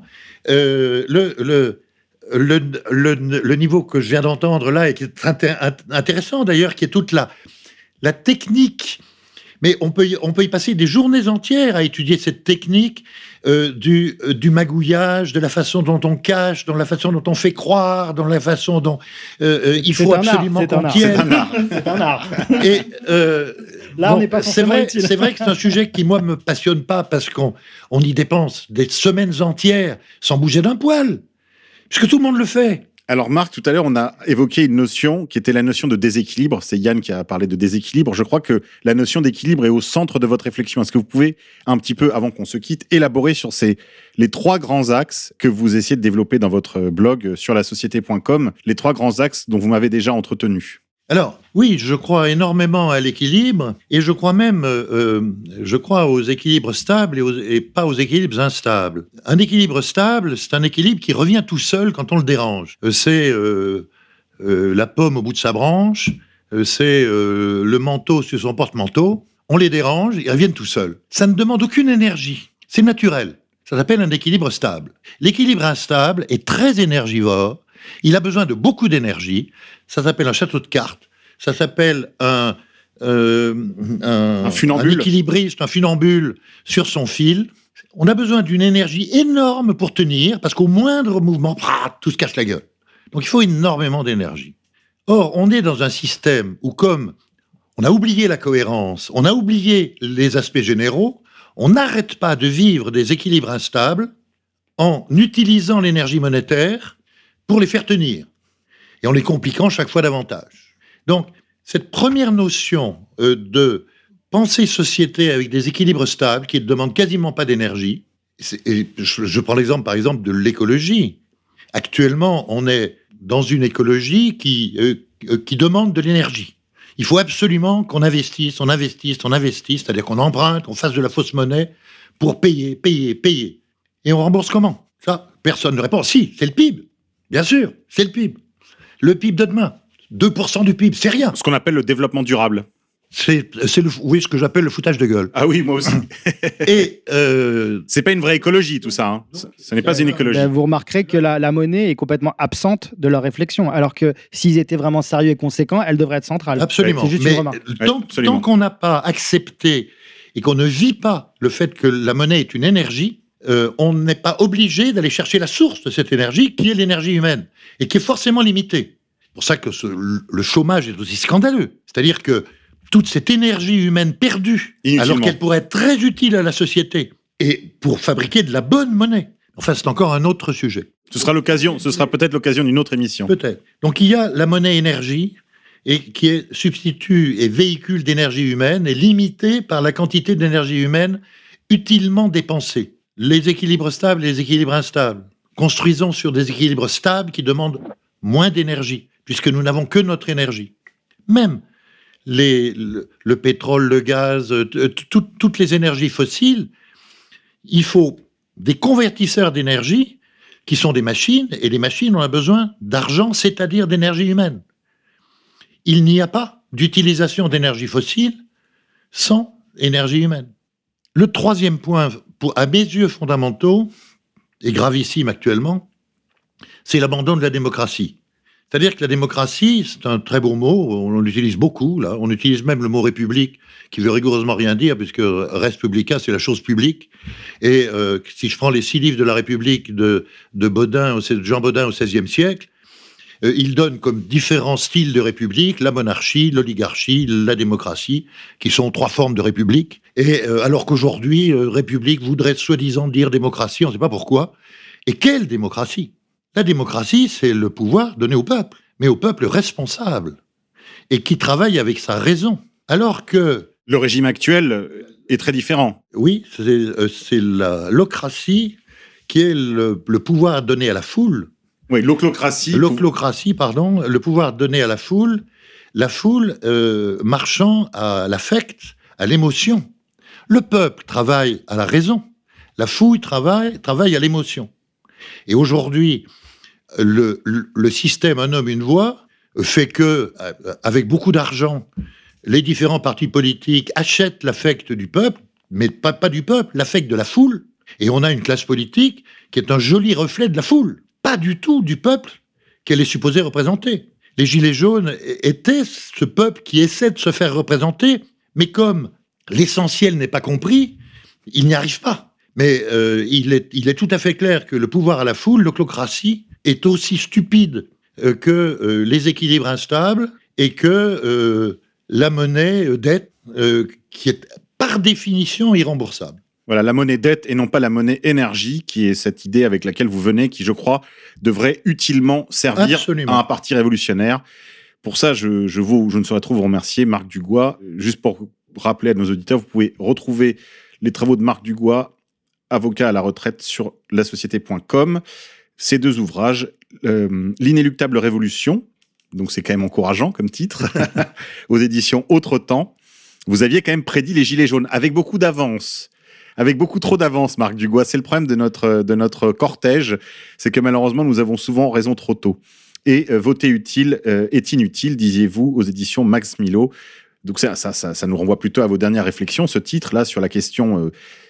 Le niveau que je viens d'entendre là, et qui est intéressant d'ailleurs, qui est toute la technique. Mais on peut y passer des journées entières à étudier cette technique du magouillage, de la façon dont on cache, dans la façon dont on fait croire, dans la façon dont il faut absolument qu'on tienne. C'est un art. Et là, on n'est pas forcément utile. C'est vrai que c'est un sujet qui, moi, me passionne pas parce qu'on y dépense des semaines entières sans bouger d'un poil. Puisque tout le monde le fait. Alors Marc, tout à l'heure, on a évoqué une notion qui était la notion de déséquilibre. C'est Yann qui a parlé de déséquilibre. Je crois que la notion d'équilibre est au centre de votre réflexion. Est-ce que vous pouvez, un petit peu, avant qu'on se quitte, élaborer sur les trois grands axes que vous essayez de développer dans votre blog sur lasociété.com, les trois grands axes dont vous m'avez déjà entretenu? Alors, oui, je crois énormément à l'équilibre, et je crois même aux équilibres stables et pas aux équilibres instables. Un équilibre stable, c'est un équilibre qui revient tout seul quand on le dérange. C'est la pomme au bout de sa branche, c'est le manteau sur son porte-manteau. On les dérange, ils reviennent tout seuls. Ça ne demande aucune énergie, c'est naturel. Ça s'appelle un équilibre stable. L'équilibre instable est très énergivore, il a besoin de beaucoup d'énergie. Ça s'appelle un château de cartes. Ça s'appelle un funambule. Un équilibriste, un funambule sur son fil. On a besoin d'une énergie énorme pour tenir, parce qu'au moindre mouvement, tout se casse la gueule. Donc il faut énormément d'énergie. Or, on est dans un système où, comme on a oublié la cohérence, on a oublié les aspects généraux, on n'arrête pas de vivre des équilibres instables en utilisant l'énergie monétaire pour les faire tenir, et en les compliquant chaque fois davantage. Donc, cette première notion de penser société avec des équilibres stables, qui ne demandent quasiment pas d'énergie, et je prends l'exemple, par exemple, de l'écologie. Actuellement, on est dans une écologie qui demande de l'énergie. Il faut absolument qu'on investisse, c'est-à-dire qu'on emprunte, qu'on fasse de la fausse monnaie pour payer. Et on rembourse comment? Ça, personne ne répond. Si, c'est le PIB. Bien sûr, c'est le PIB. Le PIB de demain, 2% du PIB, c'est rien. Ce qu'on appelle le développement durable. C'est ce que j'appelle le foutage de gueule. Ah oui, moi aussi. Et c'est pas une vraie écologie, tout ça. Hein. Ce n'est pas une écologie. Vous remarquerez que la monnaie est complètement absente de leur réflexion, alors que s'ils étaient vraiment sérieux et conséquents, elle devrait être centrale. Absolument. C'est juste mais une remarque. Tant qu'on n'a pas accepté et qu'on ne vit pas le fait que la monnaie est une énergie, on n'est pas obligé d'aller chercher la source de cette énergie, qui est l'énergie humaine, et qui est forcément limitée. C'est pour ça que le chômage est aussi scandaleux. C'est-à-dire que toute cette énergie humaine perdue, alors qu'elle pourrait être très utile à la société, et pour fabriquer de la bonne monnaie. Enfin, c'est encore un autre sujet. Ce sera peut-être l'occasion d'une autre émission. Peut-être. Donc il y a la monnaie énergie, et qui est substitut et véhicule d'énergie humaine, et limité par la quantité d'énergie humaine utilement dépensée. Les équilibres stables et les équilibres instables. Construisons sur des équilibres stables qui demandent moins d'énergie, puisque nous n'avons que notre énergie. Même le pétrole, le gaz, toutes les énergies fossiles, il faut des convertisseurs d'énergie qui sont des machines, et les machines ont besoin d'argent, c'est-à-dire d'énergie humaine. Il n'y a pas d'utilisation d'énergie fossile sans énergie humaine. Le troisième point, à mes yeux fondamentaux, et gravissime actuellement, c'est l'abandon de la démocratie. C'est-à-dire que la démocratie, c'est un très beau mot, on l'utilise beaucoup, là. On utilise même le mot république, qui veut rigoureusement rien dire, puisque res publica, c'est la chose publique. Et si je prends les 6 livres de la République de Jean Bodin au XVIe siècle, il donne comme différents styles de république la monarchie, l'oligarchie, la démocratie, qui sont 3 formes de république. Et alors qu'aujourd'hui, république voudrait soi-disant dire démocratie, on ne sait pas pourquoi. Et quelle démocratie ? La démocratie, c'est le pouvoir donné au peuple, mais au peuple responsable, et qui travaille avec sa raison. Alors que... Le régime actuel est très différent. Oui, c'est la locratie qui est le pouvoir donné à la foule. Oui, l'oclocratie. Le pouvoir donné à la foule marchant à l'affect, à l'émotion. Le peuple travaille à la raison, la foule travaille à l'émotion. Et aujourd'hui, le système un homme, une voix fait que, avec beaucoup d'argent, les différents partis politiques achètent l'affect du peuple, mais pas du peuple, l'affect de la foule. Et on a une classe politique qui est un joli reflet de la foule, pas du tout du peuple qu'elle est supposée représenter. Les Gilets jaunes étaient ce peuple qui essaie de se faire représenter, mais comme l'essentiel n'est pas compris, il n'y arrive pas. Mais il est tout à fait clair que le pouvoir à la foule, l'oclocratie, est aussi stupide que les équilibres instables et que la monnaie dette, qui est par définition irremboursable. Voilà, la monnaie dette et non pas la monnaie énergie, qui est cette idée avec laquelle vous venez, qui, je crois, devrait utilement servir Absolument. à un parti révolutionnaire. Pour ça, je ne saurais trop vous remercier, Marc Dugois. Juste pour rappeler à nos auditeurs, vous pouvez retrouver les travaux de Marc Dugois, avocat à la retraite, sur lasociété.com. Ces 2 ouvrages, L'inéluctable révolution, donc c'est quand même encourageant comme titre, aux éditions Autre Temps. Vous aviez quand même prédit les Gilets jaunes avec beaucoup d'avance. Avec beaucoup trop d'avance, Marc Dugois. C'est le problème de notre cortège, c'est que malheureusement, nous avons souvent raison trop tôt. Et voter utile est inutile, disiez-vous, aux éditions Max Milo. Donc ça nous renvoie plutôt à vos dernières réflexions, ce titre-là, sur la question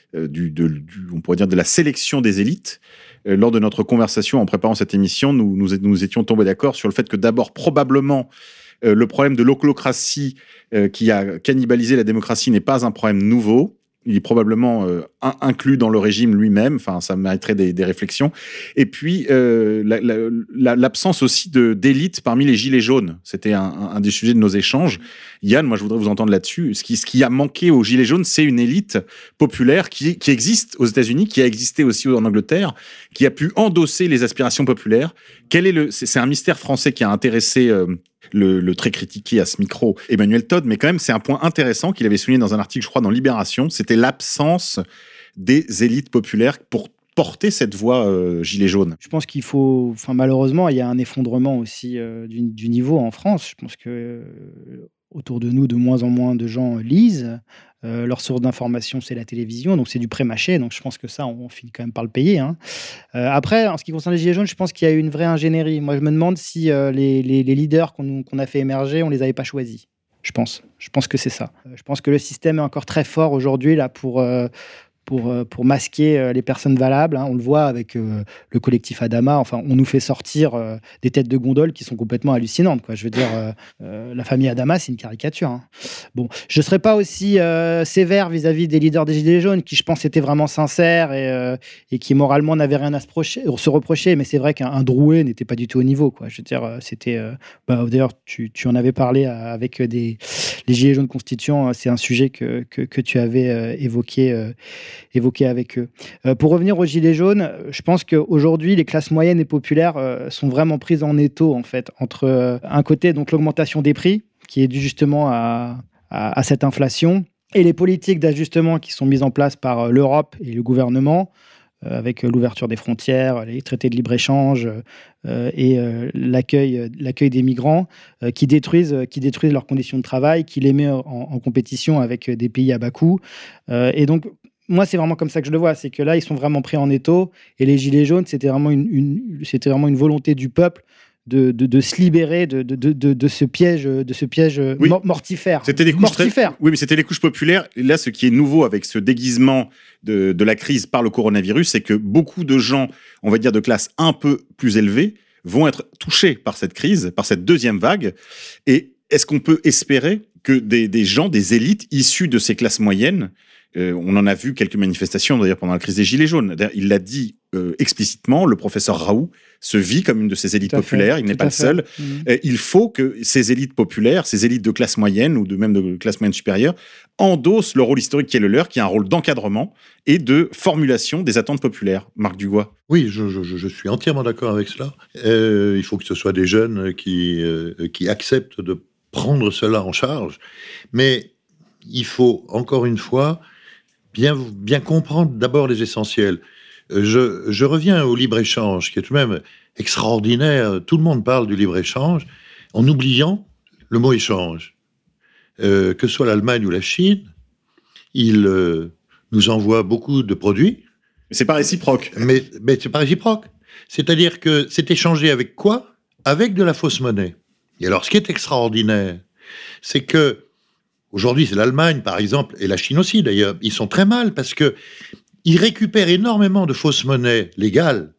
on pourrait dire de la sélection des élites. Lors de notre conversation en préparant cette émission, nous étions tombés d'accord sur le fait que d'abord, probablement, le problème de l'oclocratie qui a cannibalisé la démocratie n'est pas un problème nouveau. Il est probablement inclus dans le régime lui-même. Enfin, ça mériterait des réflexions. Et puis, l'absence aussi d'élite parmi les Gilets jaunes. C'était un des sujets de nos échanges. Yann, moi, je voudrais vous entendre là-dessus. Ce qui a manqué aux Gilets jaunes, c'est une élite populaire qui existe aux États-Unis, qui a existé aussi en Angleterre, qui a pu endosser les aspirations populaires. C'est un mystère français qui a intéressé le très critiqué à ce micro Emmanuel Todd, mais quand même, c'est un point intéressant qu'il avait souligné dans un article, je crois, dans Libération. C'était l'absence des élites populaires pour porter cette voix gilet jaune. Je pense qu'il faut... malheureusement, il y a un effondrement aussi du niveau en France. Je pense que autour de nous, de moins en moins de gens lisent. Leur source d'information, c'est la télévision, donc c'est du pré-mâché. Donc je pense que ça, on finit quand même par le payer. Après, en ce qui concerne les Gilets jaunes, je pense qu'il y a eu une vraie ingénierie. Moi, je me demande si les leaders qu'on a fait émerger, on les avait pas choisis. Je pense que c'est ça. Je pense que le système est encore très fort aujourd'hui là pour masquer les personnes valables. On le voit avec le collectif Adama. Enfin, on nous fait sortir des têtes de gondole qui sont complètement hallucinantes, quoi. Je veux dire, la famille Adama, c'est une caricature. Bon, je ne serais pas aussi sévère vis-à-vis des leaders des Gilets jaunes, qui, je pense, étaient vraiment sincères et qui, moralement, n'avaient rien à se reprocher. Mais c'est vrai qu'un Drouet n'était pas du tout au niveau, quoi. Je veux dire, c'était... d'ailleurs, tu en avais parlé avec les Gilets jaunes constituants. C'est un sujet que tu avais évoqué évoqué avec eux. Pour revenir aux Gilets jaunes, je pense qu'aujourd'hui, les classes moyennes et populaires sont vraiment prises en étau, en fait, entre un côté, donc l'augmentation des prix, qui est due justement à cette inflation, et les politiques d'ajustement qui sont mises en place par l'Europe et le gouvernement, avec l'ouverture des frontières, les traités de libre-échange et l'accueil des migrants qui détruisent leurs conditions de travail, qui les met en compétition avec des pays à bas coût. Et donc, moi, c'est vraiment comme ça que je le vois. C'est que là, ils sont vraiment pris en étau. Et les Gilets jaunes, c'était vraiment une volonté du peuple de se libérer de ce piège, Oui. Mortifère. C'était des couches Oui, mais c'était les couches populaires. Et là, ce qui est nouveau avec ce déguisement de la crise par le coronavirus, c'est que beaucoup de gens, on va dire de classe un peu plus élevée, vont être touchés par cette crise, par cette deuxième vague. Et est-ce qu'on peut espérer que des gens, des élites issues de ces classes moyennes, on en a vu quelques manifestations d'ailleurs pendant la crise des Gilets jaunes. D'ailleurs, il l'a dit explicitement, le professeur Raoult se vit comme une de ces élites populaires, il n'est pas le seul. Il faut que ces élites populaires, ces élites de classe moyenne ou même de classe moyenne supérieure, endossent le rôle historique qui est le leur, qui est un rôle d'encadrement et de formulation des attentes populaires. Marc Dugois. Oui, je suis entièrement d'accord avec cela. Il faut que ce soit des jeunes qui acceptent de prendre cela en charge. Mais il faut, encore une fois, bien comprendre d'abord les essentiels. Je reviens au libre-échange, qui est tout de même extraordinaire. Tout le monde parle du libre-échange, en oubliant le mot échange. Que ce soit l'Allemagne ou la Chine, ils nous envoient beaucoup de produits. C'est pas réciproque. Mais c'est pas réciproque. C'est-à-dire que c'est échangé avec quoi ? Avec de la fausse monnaie. Et alors, ce qui est extraordinaire, c'est que aujourd'hui, c'est l'Allemagne, par exemple, et la Chine aussi, d'ailleurs. Ils sont très mal parce que ils récupèrent énormément de fausses monnaies légales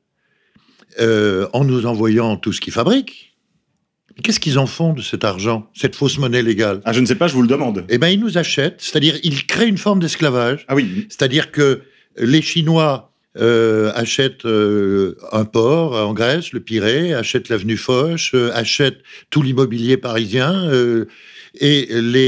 en nous envoyant tout ce qu'ils fabriquent. Mais qu'est-ce qu'ils en font de cet argent, cette fausse monnaie légale ? Ah, je ne sais pas, je vous le demande. Eh bien, ils nous achètent, c'est-à-dire ils créent une forme d'esclavage. Ah oui. C'est-à-dire que les Chinois achètent un port en Grèce, le Pirée, achètent l'avenue Foch, achètent tout l'immobilier parisien, et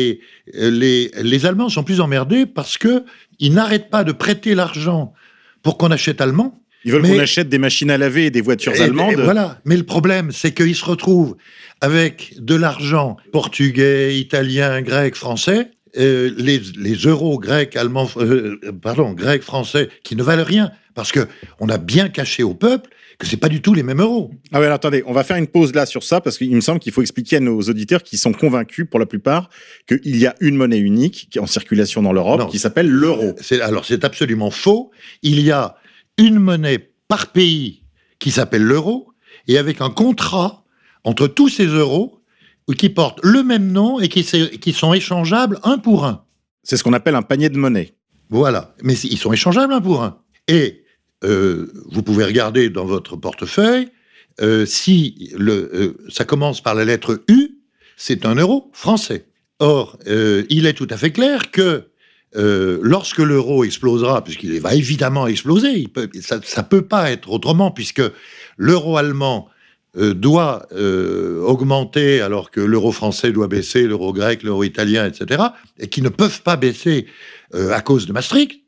les Allemands sont plus emmerdés parce que ils n'arrêtent pas de prêter l'argent pour qu'on achète allemand. Ils veulent qu'on achète des machines à laver et des voitures allemandes. Et voilà. Mais le problème, c'est qu'ils se retrouvent avec de l'argent portugais, italien, grec, français, les euros grecs, allemands, grecs, français, qui ne valent rien, parce que on a bien caché au peuple que c'est pas du tout les mêmes euros. Ah ouais, alors, attendez, on va faire une pause là sur ça, parce qu'il me semble qu'il faut expliquer à nos auditeurs qui sont convaincus, pour la plupart, qu'il y a une monnaie unique qui est en circulation dans l'Europe, qui s'appelle l'euro. C'est absolument faux. Il y a une monnaie par pays qui s'appelle l'euro, et avec un contrat entre tous ces euros qui portent le même nom et qui sont échangeables un pour un. C'est ce qu'on appelle un panier de monnaie. Voilà, mais ils sont échangeables un pour un. Et vous pouvez regarder dans votre portefeuille, si ça commence par la lettre U, c'est un euro français. Or, il est tout à fait clair que lorsque l'euro explosera, puisqu'il va évidemment exploser, ça ne peut pas être autrement, puisque l'euro allemand doit augmenter alors que l'euro français doit baisser, l'euro grec, l'euro italien, etc., et qui ne peuvent pas baisser à cause de Maastricht.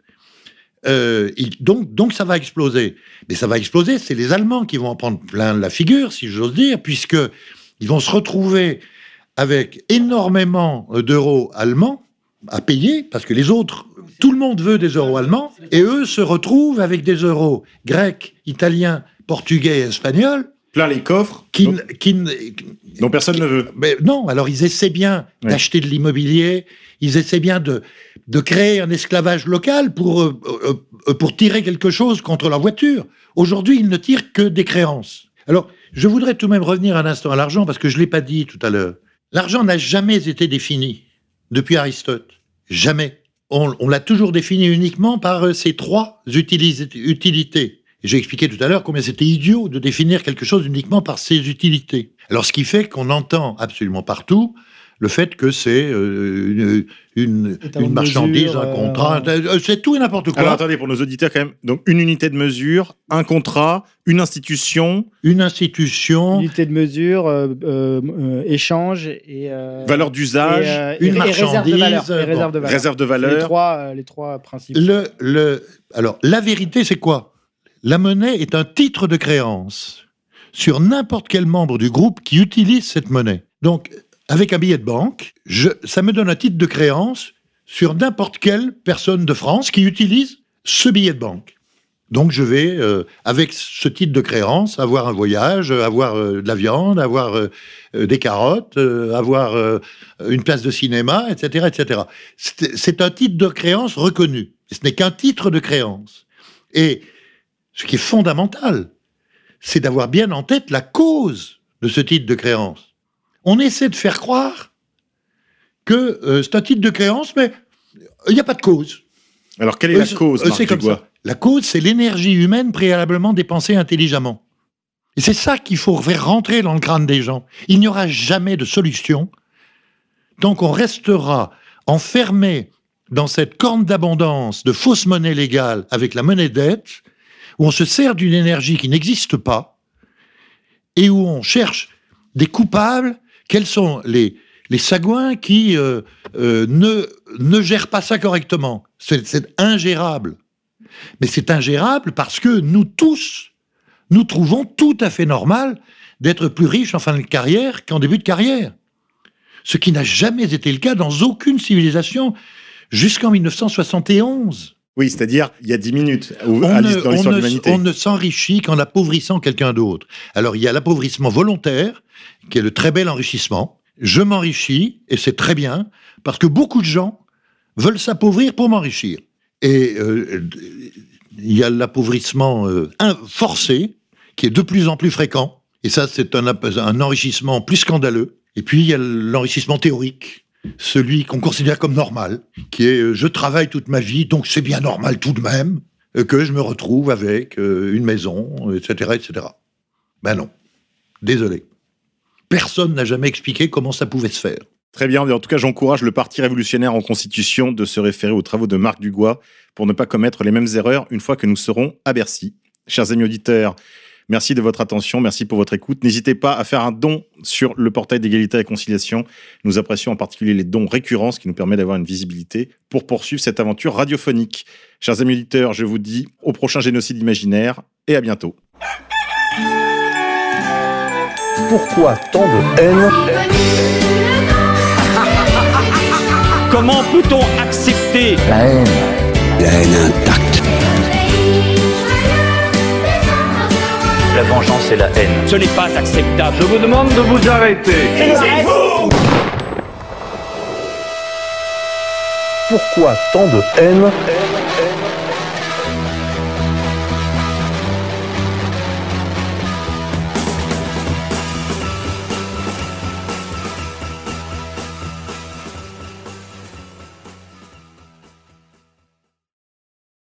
Donc ça va exploser. Mais ça va exploser, c'est les Allemands qui vont en prendre plein la figure, si j'ose dire, puisqu'ils vont se retrouver avec énormément d'euros allemands à payer, parce que les autres, tout le monde veut des euros allemands, et eux se retrouvent avec des euros grecs, italiens, portugais et espagnols, plein les coffres, dont personne ne veut. Mais non, alors ils essaient bien d'acheter de l'immobilier, ils essaient bien de créer un esclavage local pour tirer quelque chose contre leur voiture. Aujourd'hui, ils ne tirent que des créances. Alors, je voudrais tout de même revenir un instant à l'argent, parce que je ne l'ai pas dit tout à l'heure. L'argent n'a jamais été défini depuis Aristote. Jamais. On l'a toujours défini uniquement par ces trois utilités. J'ai expliqué tout à l'heure combien c'était idiot de définir quelque chose uniquement par ses utilités. Alors, ce qui fait qu'on entend absolument partout le fait que c'est une marchandise, un contrat, c'est tout et n'importe quoi. Alors attendez, pour nos auditeurs quand même, donc une unité de mesure, un contrat, une institution. Unité de mesure, échange et... valeur d'usage. une marchandise. Réserve de valeur. Réserve de valeur. Les trois principes. Alors, la vérité, c'est quoi? La monnaie est un titre de créance sur n'importe quel membre du groupe qui utilise cette monnaie. Donc, avec un billet de banque, ça me donne un titre de créance sur n'importe quelle personne de France qui utilise ce billet de banque. Donc, je vais, avec ce titre de créance, avoir un voyage, avoir de la viande, avoir des carottes, avoir une place de cinéma, etc., etc. C'est un titre de créance reconnu. Ce n'est qu'un titre de créance. Et ce qui est fondamental, c'est d'avoir bien en tête la cause de ce titre de créance. On essaie de faire croire que c'est un titre de créance, mais il n'y a pas de cause. Alors, quelle est la cause, Marc C'est comme Dugois? ça. La cause, c'est l'énergie humaine préalablement dépensée intelligemment. Et c'est ça qu'il faut faire rentrer dans le crâne des gens. Il n'y aura jamais de solution tant qu'on restera enfermé dans cette corne d'abondance de fausse monnaie légale avec la monnaie dette, où on se sert d'une énergie qui n'existe pas et où on cherche des coupables. Quels sont les sagouins qui ne gèrent pas ça correctement? C'est ingérable. Mais c'est ingérable parce que nous tous, nous trouvons tout à fait normal d'être plus riches en fin de carrière qu'en début de carrière. Ce qui n'a jamais été le cas dans aucune civilisation jusqu'en 1971. Oui, c'est-à-dire il y a 10 minutes dans l'histoire de l'humanité. On ne s'enrichit qu'en appauvrissant quelqu'un d'autre. Alors il y a l'appauvrissement volontaire, qui est le très bel enrichissement. Je m'enrichis, et c'est très bien, parce que beaucoup de gens veulent s'appauvrir pour m'enrichir. Et il y a l'appauvrissement forcé, qui est de plus en plus fréquent. Et ça, c'est un enrichissement plus scandaleux. Et puis, il y a l'enrichissement théorique, celui qu'on considère comme normal, qui est je travaille toute ma vie, donc c'est bien normal tout de même que je me retrouve avec une maison, etc., etc. Ben non. Désolé. Personne n'a jamais expliqué comment ça pouvait se faire. Très bien, en tout cas j'encourage le Parti révolutionnaire en Constitution de se référer aux travaux de Marc Dugois pour ne pas commettre les mêmes erreurs une fois que nous serons à Bercy. Chers amis auditeurs, merci de votre attention, merci pour votre écoute. N'hésitez pas à faire un don sur le portail d'égalité et réconciliation. Nous apprécions en particulier les dons récurrents, ce qui nous permet d'avoir une visibilité pour poursuivre cette aventure radiophonique. Chers amis auditeurs, je vous dis au prochain génocide imaginaire et à bientôt. Pourquoi tant de haine? Comment peut-on accepter La haine intacte. la vengeance et la haine? Ce n'est pas acceptable. Je vous demande de vous arrêter. Taisez-vous! Pourquoi tant de haine?